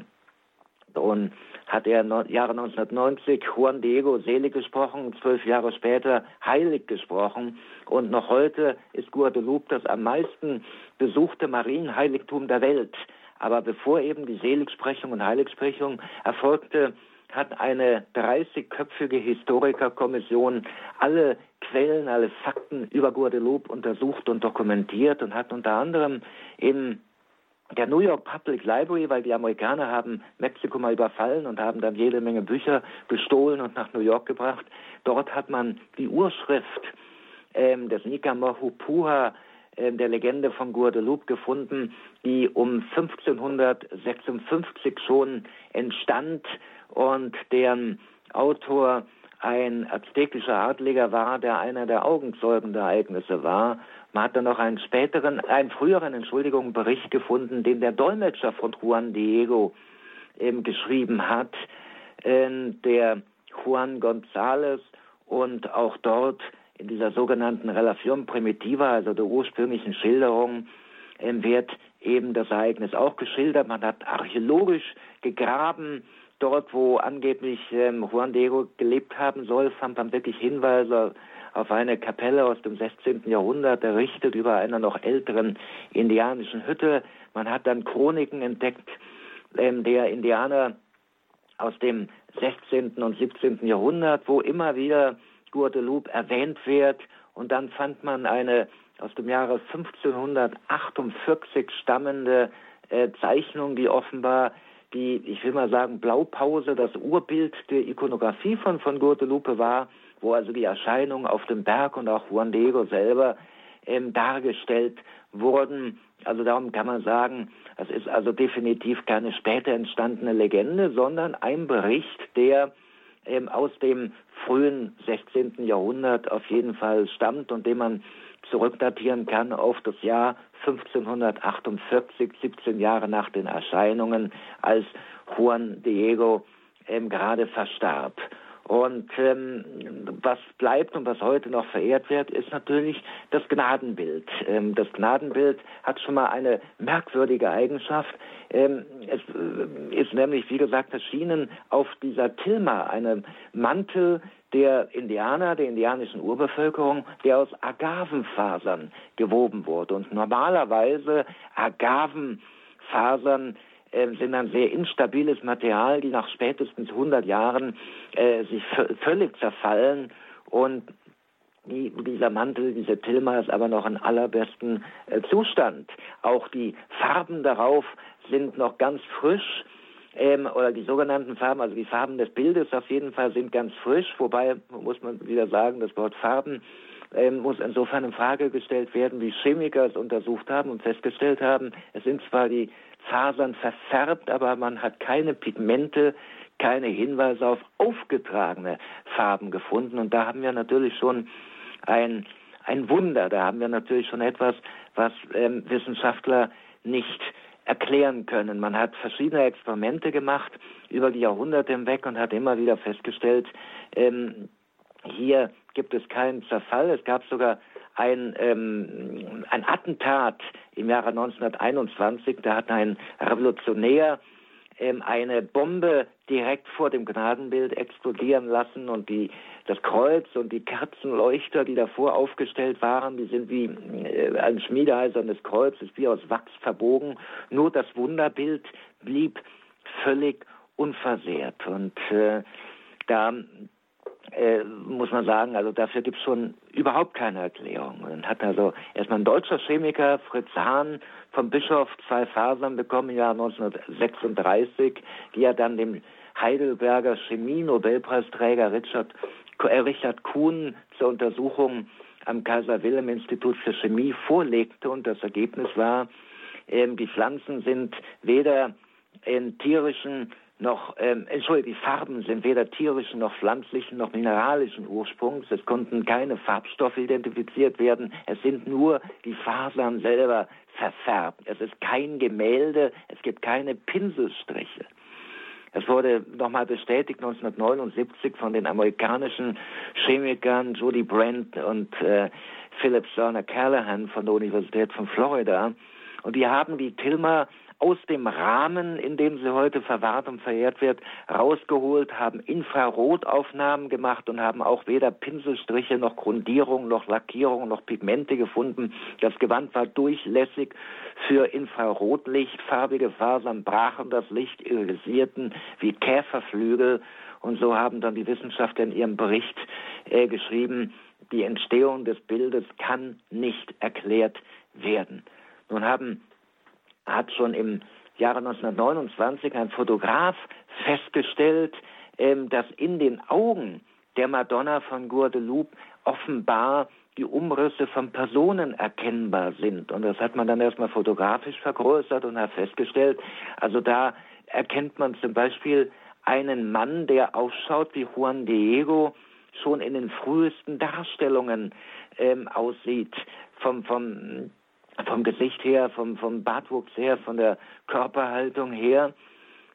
Und hat er im Jahre neunzehnhundertneunzig Juan Diego selig gesprochen, zwölf Jahre später heilig gesprochen. Und noch heute ist Guadalupe das am meisten besuchte Marienheiligtum der Welt. Aber bevor eben die Seligsprechung und Heiligsprechung erfolgte, hat eine dreißigköpfige Historikerkommission alle Quellen, alle Fakten über Guadalupe untersucht und dokumentiert und hat unter anderem in der New York Public Library, weil die Amerikaner haben Mexiko mal überfallen und haben dann jede Menge Bücher gestohlen und nach New York gebracht. Dort hat man die Urschrift ähm, des Nicamahupuha, äh, der Legende von Guadalupe, gefunden, die um fünfzehnhundertsechsundfünfzig schon entstand und deren Autor ein aztekischer Adliger war, der einer der Augenzeugen der Ereignisse war. Man hat dann noch einen späteren, einen früheren, Entschuldigung, Bericht gefunden, den der Dolmetscher von Juan Diego eben geschrieben hat. äh, der Juan González, und auch dort in dieser sogenannten Relación Primitiva, also der ursprünglichen Schilderung, äh, wird eben das Ereignis auch geschildert. Man hat archäologisch gegraben. Dort, wo angeblich ähm, Juan Diego gelebt haben soll, fand man wirklich Hinweise auf eine Kapelle aus dem sechzehnten Jahrhundert, errichtet über einer noch älteren indianischen Hütte. Man hat dann Chroniken entdeckt, ähm, der Indianer aus dem sechzehnten und siebzehnten Jahrhundert, wo immer wieder Guadeloupe erwähnt wird. Und dann fand man eine aus dem Jahre fünfzehnhundertachtundvierzig stammende äh, Zeichnung, die offenbar die, ich will mal sagen, Blaupause, das Urbild der Ikonografie von, von Guadeloupe war, wo also die Erscheinungen auf dem Berg und auch Juan Diego selber ähm, dargestellt wurden. Also darum kann man sagen, das ist also definitiv keine später entstandene Legende, sondern ein Bericht, der ähm, aus dem frühen sechzehnten Jahrhundert auf jeden Fall stammt und den man zurückdatieren kann auf das Jahr fünfzehnhundertachtundvierzig, siebzehn Jahre nach den Erscheinungen, als Juan Diego ähm, gerade verstarb. Und ähm, was bleibt und was heute noch verehrt wird, ist natürlich das Gnadenbild. Ähm, das Gnadenbild hat schon mal eine merkwürdige Eigenschaft. Ähm, es äh, ist nämlich, wie gesagt, erschienen auf dieser Tilma, einem Mantel der Indianer, der indianischen Urbevölkerung, der aus Agavenfasern gewoben wurde. Und normalerweise Agavenfasern äh, sind ein sehr instabiles Material, die nach spätestens hundert Jahren äh, sich völlig zerfallen. Und die, dieser Mantel, diese Tilma, ist aber noch in allerbesten äh, Zustand. Auch die Farben darauf sind noch ganz frisch. Ähm, oder die sogenannten Farben, also die Farben des Bildes auf jeden Fall sind ganz frisch, wobei, muss man wieder sagen, das Wort Farben ähm, muss insofern in Frage gestellt werden, wie Chemiker es untersucht haben und festgestellt haben, es sind zwar die Fasern verfärbt, aber man hat keine Pigmente, keine Hinweise auf aufgetragene Farben gefunden, und da haben wir natürlich schon ein, ein Wunder, da haben wir natürlich schon etwas, was ähm, Wissenschaftler nicht erklären können. Man hat verschiedene Experimente gemacht über die Jahrhunderte hinweg und hat immer wieder festgestellt, ähm, hier gibt es keinen Zerfall. Es gab sogar ein, ähm, ein Attentat im Jahre neunzehnhunderteinundzwanzig. Da hat ein Revolutionär ähm, eine Bombe direkt vor dem Gnadenbild explodieren lassen, und die, das Kreuz und die Kerzenleuchter, die davor aufgestellt waren, die sind wie äh, ein schmiedeeisernes Kreuz, ist wie aus Wachs verbogen. Nur das Wunderbild blieb völlig unversehrt. Und äh, da äh, muss man sagen, also dafür gibt es schon überhaupt keine Erklärung. Dann hat also erstmal ein deutscher Chemiker, Fritz Hahn, vom Bischof zwei Fasern bekommen im Jahr neunzehnhundertsechsunddreißig, die er dann dem Heidelberger Chemie-Nobelpreisträger Richard, äh, Richard Kuhn zur Untersuchung am Kaiser-Wilhelm-Institut für Chemie vorlegte. Und das Ergebnis war, ähm, die Pflanzen sind weder in tierischen noch, ähm, Entschuldigung, die Farben sind weder tierischen noch pflanzlichen noch mineralischen Ursprungs. Es konnten keine Farbstoffe identifiziert werden. Es sind nur die Fasern selber verfärbt. Es ist kein Gemälde, es gibt keine Pinselstriche. Es wurde nochmal bestätigt neunzehnhundertneunundsiebzig von den amerikanischen Chemikern Jody Brent und äh, Philip Serner Callahan von der Universität von Florida. Und die haben die Tilma aus dem Rahmen, in dem sie heute verwahrt und verehrt wird, rausgeholt, haben Infrarotaufnahmen gemacht und haben auch weder Pinselstriche noch Grundierung noch Lackierung noch Pigmente gefunden. Das Gewand war durchlässig für Infrarotlicht. Farbige Fasern brachen das Licht, irisierten wie Käferflügel. Und so haben dann die Wissenschaftler in ihrem Bericht äh, geschrieben, die Entstehung des Bildes kann nicht erklärt werden. Nun haben hat schon im Jahre neunzehnhundertneunundzwanzig ein Fotograf festgestellt, ähm, dass in den Augen der Madonna von Guadeloupe offenbar die Umrisse von Personen erkennbar sind. Und das hat man dann erstmal fotografisch vergrößert und hat festgestellt, also da erkennt man zum Beispiel einen Mann, der ausschaut wie Juan Diego, schon in den frühesten Darstellungen ähm, aussieht, vom, vom vom Gesicht her, vom, vom Bartwuchs her, von der Körperhaltung her.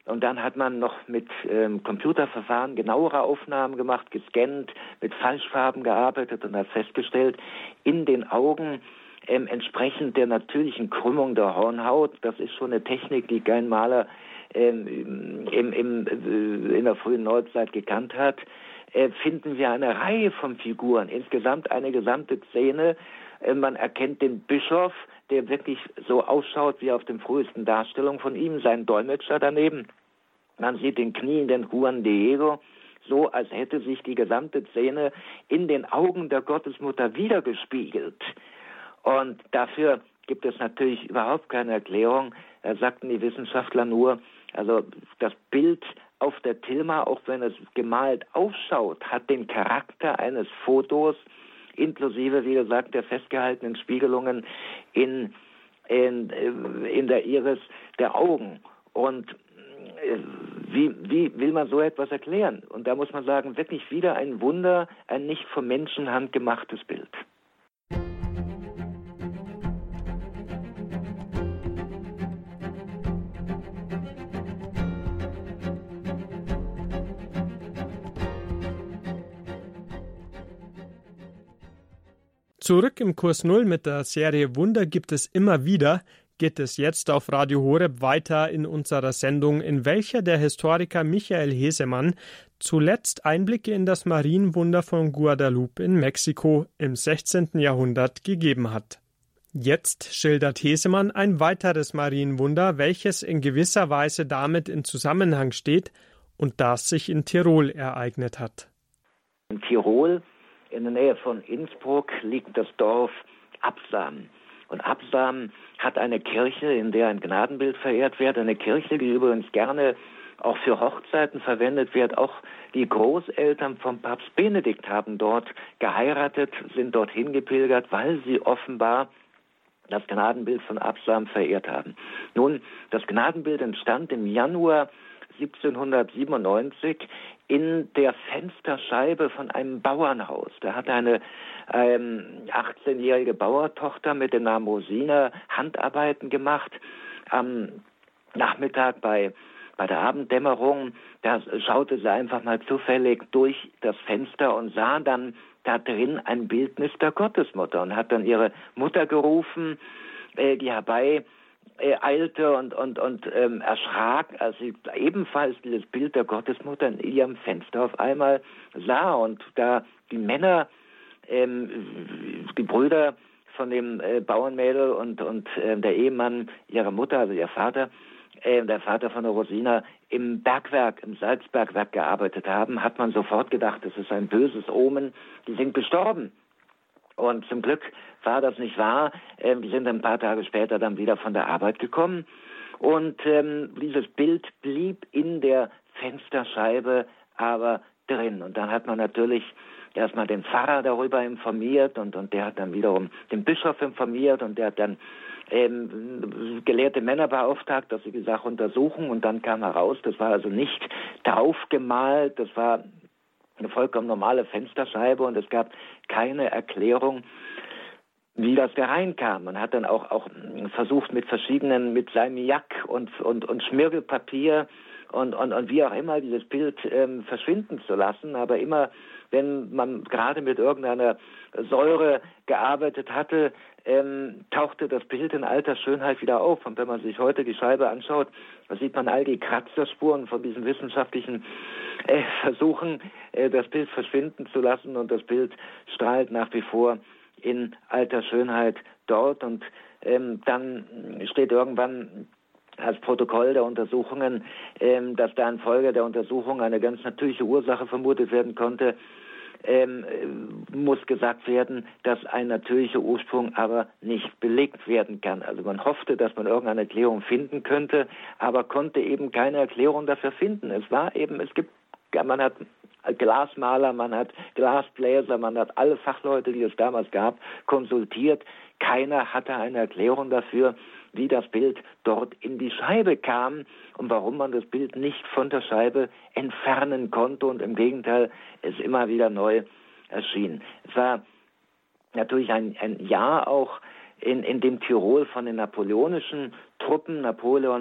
Und dann hat man noch mit ähm, Computerverfahren genauere Aufnahmen gemacht, gescannt, mit Falschfarben gearbeitet und hat festgestellt, in den Augen ähm, entsprechend der natürlichen Krümmung der Hornhaut, das ist schon eine Technik, die kein Maler ähm, im, im, äh, in der frühen Neuzeit gekannt hat, äh, finden wir eine Reihe von Figuren, insgesamt eine gesamte Szene. Äh, man erkennt den Bischof, der wirklich so ausschaut wie auf den frühesten Darstellungen von ihm, seinen Dolmetscher daneben. Man sieht den knienden Juan Diego, so als hätte sich die gesamte Szene in den Augen der Gottesmutter wiedergespiegelt. Und dafür gibt es natürlich überhaupt keine Erklärung. Da sagten die Wissenschaftler nur, also das Bild auf der Tilma, auch wenn es gemalt ausschaut, hat den Charakter eines Fotos, inklusive, wie gesagt, der festgehaltenen Spiegelungen in, in, in der Iris der Augen. Und wie, wie will man so etwas erklären? Und da muss man sagen, wirklich wieder ein Wunder, ein nicht von Menschenhand gemachtes Bild. Zurück im Kurs Null mit der Serie Wunder gibt es immer wieder, geht es jetzt auf Radio Horeb weiter in unserer Sendung, in welcher der Historiker Michael Hesemann zuletzt Einblicke in das Marienwunder von Guadalupe in Mexiko im sechzehnten Jahrhundert gegeben hat. Jetzt schildert Hesemann ein weiteres Marienwunder, welches in gewisser Weise damit in Zusammenhang steht und das sich in Tirol ereignet hat. In Tirol, in der Nähe von Innsbruck, liegt das Dorf Absam. Und Absam hat eine Kirche, in der ein Gnadenbild verehrt wird, eine Kirche, die übrigens gerne auch für Hochzeiten verwendet wird. Auch die Großeltern vom Papst Benedikt haben dort geheiratet, sind dorthin gepilgert, weil sie offenbar das Gnadenbild von Absam verehrt haben. Nun, das Gnadenbild entstand im Januar siebzehnhundertsiebenundneunzig in der Fensterscheibe von einem Bauernhaus. Da hat eine ähm, achtzehnjährige Bauertochter mit dem Namen Rosina Handarbeiten gemacht. Am Nachmittag bei, bei der Abenddämmerung, da schaute sie einfach mal zufällig durch das Fenster und sah dann da drin ein Bildnis der Gottesmutter und hat dann ihre Mutter gerufen, äh, die herbei äh, eilte und, und, und ähm, erschrak, als sie ebenfalls dieses Bild der Gottesmutter in ihrem Fenster auf einmal sah. Und da die Männer, ähm, die Brüder von dem äh, Bauernmädel und, und äh, der Ehemann ihrer Mutter, also ihr Vater, äh, der Vater von der Rosina, im Bergwerk, im Salzbergwerk gearbeitet haben, hat man sofort gedacht, das ist ein böses Omen, die sind gestorben. Und zum Glück war das nicht wahr. Ähm, die sind ein paar Tage später dann wieder von der Arbeit gekommen. Und ähm, dieses Bild blieb in der Fensterscheibe aber drin. Und dann hat man natürlich erstmal den Pfarrer darüber informiert und, und der hat dann wiederum den Bischof informiert und der hat dann ähm, gelehrte Männer beauftragt, dass sie die Sache untersuchen. Und dann kam heraus, das war also nicht draufgemalt, das war eine vollkommen normale Fensterscheibe und es gab keine Erklärung, wie das da reinkam. Man hat dann auch, auch versucht mit verschiedenen, mit Salmiak und, und, und Schmirgelpapier und, und, und wie auch immer dieses Bild ähm, verschwinden zu lassen, aber immer, wenn man gerade mit irgendeiner Säure gearbeitet hatte, ähm, tauchte das Bild in alter Schönheit wieder auf. Und wenn man sich heute die Scheibe anschaut, da sieht man all die Kratzerspuren von diesen wissenschaftlichen äh, Versuchen, äh, das Bild verschwinden zu lassen. Und das Bild strahlt nach wie vor in alter Schönheit dort. Und ähm, dann steht irgendwann als Protokoll der Untersuchungen, ähm, dass da infolge der Untersuchung eine ganz natürliche Ursache vermutet werden konnte, ähm, muss gesagt werden, dass ein natürlicher Ursprung aber nicht belegt werden kann. Also man hoffte, dass man irgendeine Erklärung finden könnte, aber konnte eben keine Erklärung dafür finden. Es war eben, es gibt, man hat Glasmaler, man hat Glasbläser, man hat alle Fachleute, die es damals gab, konsultiert. Keiner hatte eine Erklärung dafür, wie das Bild dort in die Scheibe kam und warum man das Bild nicht von der Scheibe entfernen konnte und im Gegenteil es immer wieder neu erschien. Es war natürlich ein, ein Jahr auch, in, in dem Tirol von den napoleonischen Truppen, Napoleon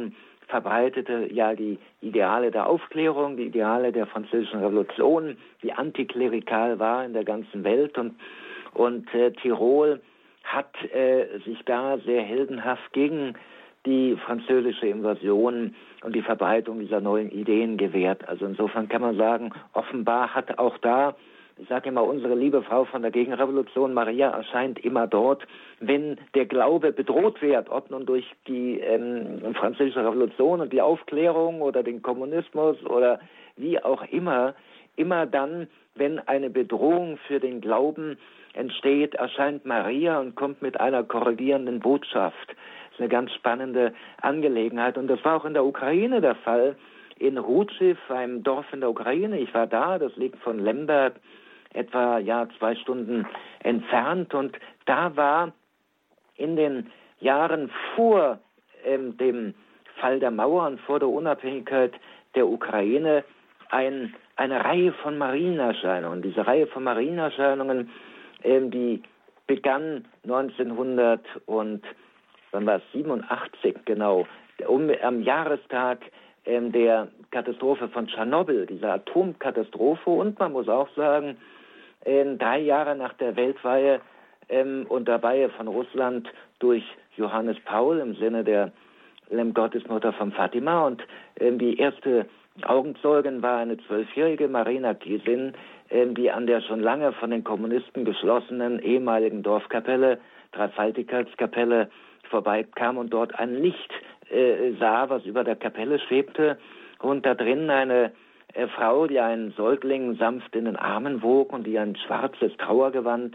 verbreitete ja die Ideale der Aufklärung, die Ideale der Französischen Revolution, die antiklerikal war in der ganzen Welt. Und, und äh, Tirol hat äh, sich da sehr heldenhaft gegen die französische Invasion und die Verbreitung dieser neuen Ideen gewehrt. Also insofern kann man sagen, offenbar hat auch da, ich sage immer, unsere liebe Frau von der Gegenrevolution, Maria, erscheint immer dort, wenn der Glaube bedroht wird, ob nun durch die ähm, französische Revolution und die Aufklärung oder den Kommunismus oder wie auch immer, immer dann, wenn eine Bedrohung für den Glauben entsteht, erscheint Maria und kommt mit einer korrigierenden Botschaft. Das ist eine ganz spannende Angelegenheit. Und das war auch in der Ukraine der Fall. In Rutschew, einem Dorf in der Ukraine, ich war da, das liegt von Lemberg etwa ja zwei Stunden entfernt. Und da war in den Jahren vor ähm, dem Fall der Mauern, vor der Unabhängigkeit der Ukraine, ein, eine Reihe von Marienerscheinungen. Diese Reihe von Marienerscheinungen, ähm, die begann neunzehnhundert und wann war es, siebenundachtzig genau, um, am Jahrestag ähm, der Katastrophe von Tschernobyl, dieser Atomkatastrophe. Und man muss auch sagen, äh, drei Jahre nach der Weltweihe ähm, und der Weihe von Russland durch Johannes Paul im Sinne der ähm, Gottesmutter von Fatima. Und ähm, die erste Augenzeugin war eine zwölfjährige Marina Kiesin, ähm, die an der schon lange von den Kommunisten geschlossenen ehemaligen Dorfkapelle, Dreifaltigkeitskapelle, vorbeikam und dort ein Licht äh, sah, was über der Kapelle schwebte, und da drin eine äh, Frau, die einen Säugling sanft in den Armen wog und die ein schwarzes Trauergewand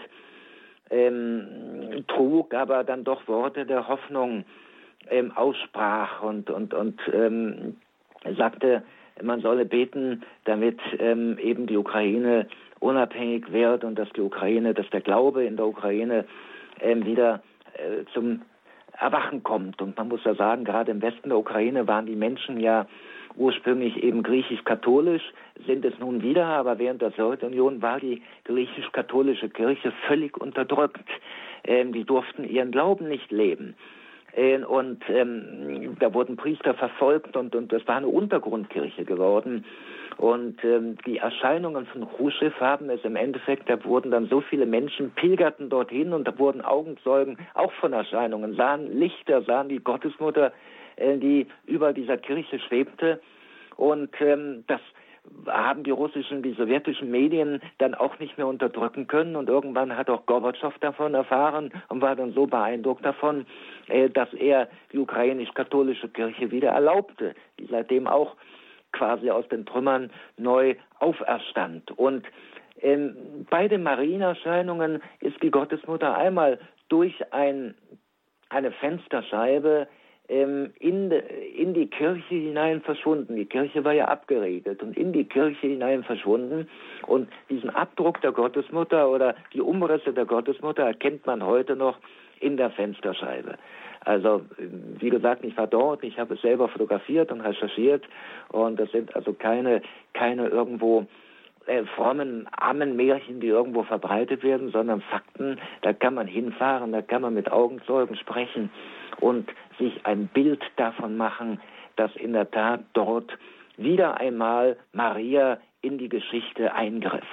ähm, trug, aber dann doch Worte der Hoffnung ähm, aussprach und, und, und ähm, sagte, man solle beten, damit ähm, eben die Ukraine unabhängig wird und dass die Ukraine, dass der Glaube in der Ukraine ähm, wieder äh, zum Erwachen kommt. Und man muss ja sagen, gerade im Westen der Ukraine waren die Menschen ja ursprünglich eben griechisch-katholisch, sind es nun wieder, aber während der Sowjetunion war die griechisch-katholische Kirche völlig unterdrückt. Ähm, die durften ihren Glauben nicht leben. Ähm, und ähm, da wurden Priester verfolgt und, und das war eine Untergrundkirche geworden. Und ähm, die Erscheinungen von Rutschew haben es im Endeffekt, da wurden dann so viele Menschen, pilgerten dorthin und da wurden Augenzeugen auch von Erscheinungen, sahen Lichter, sahen die Gottesmutter, äh, die über dieser Kirche schwebte. Und ähm, das haben die russischen, die sowjetischen Medien dann auch nicht mehr unterdrücken können. Und irgendwann hat auch Gorbatschow davon erfahren und war dann so beeindruckt davon, äh, dass er die ukrainisch-katholische Kirche wieder erlaubte, die seitdem auch quasi aus den Trümmern neu auferstand. Und ähm, bei den Marienerscheinungen ist die Gottesmutter einmal durch ein, eine Fensterscheibe ähm, in, de, in die Kirche hinein verschwunden. Die Kirche war ja abgeriegelt und in die Kirche hinein verschwunden. Und diesen Abdruck der Gottesmutter oder die Umrisse der Gottesmutter erkennt man heute noch in der Fensterscheibe. Also, wie gesagt, ich war dort, ich habe es selber fotografiert und recherchiert und das sind also keine, keine irgendwo äh, frommen Ammenmärchen, die irgendwo verbreitet werden, sondern Fakten. Da kann man hinfahren, da kann man mit Augenzeugen sprechen und sich ein Bild davon machen, dass in der Tat dort wieder einmal Maria in die Geschichte eingriff.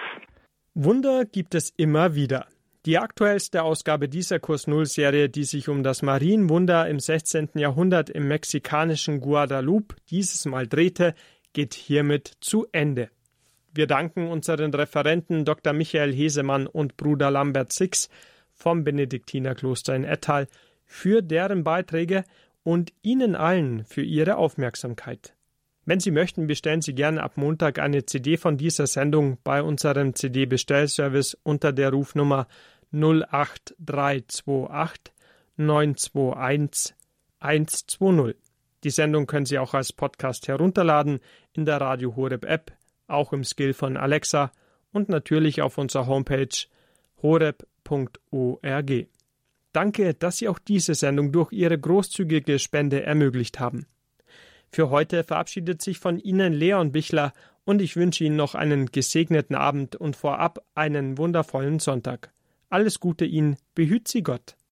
Wunder gibt es immer wieder. Die aktuellste Ausgabe dieser Kurs Null Serie, die sich um das Marienwunder im sechzehnten Jahrhundert im mexikanischen Guadalupe dieses Mal drehte, geht hiermit zu Ende. Wir danken unseren Referenten Doktor Michael Hesemann und Bruder Lambert Six vom Benediktinerkloster in Ettal für deren Beiträge und Ihnen allen für Ihre Aufmerksamkeit. Wenn Sie möchten, bestellen Sie gerne ab Montag eine C D von dieser Sendung bei unserem C D-Bestellservice unter der Rufnummer null acht drei zwei acht neun zwei eins eins zwei null. Die Sendung können Sie auch als Podcast herunterladen in der Radio Horeb App, auch im Skill von Alexa und natürlich auf unserer Homepage horeb punkt org. Danke, dass Sie auch diese Sendung durch Ihre großzügige Spende ermöglicht haben. Für heute verabschiedet sich von Ihnen Leon Bichler und ich wünsche Ihnen noch einen gesegneten Abend und vorab einen wundervollen Sonntag. Alles Gute Ihnen, behüt Sie Gott.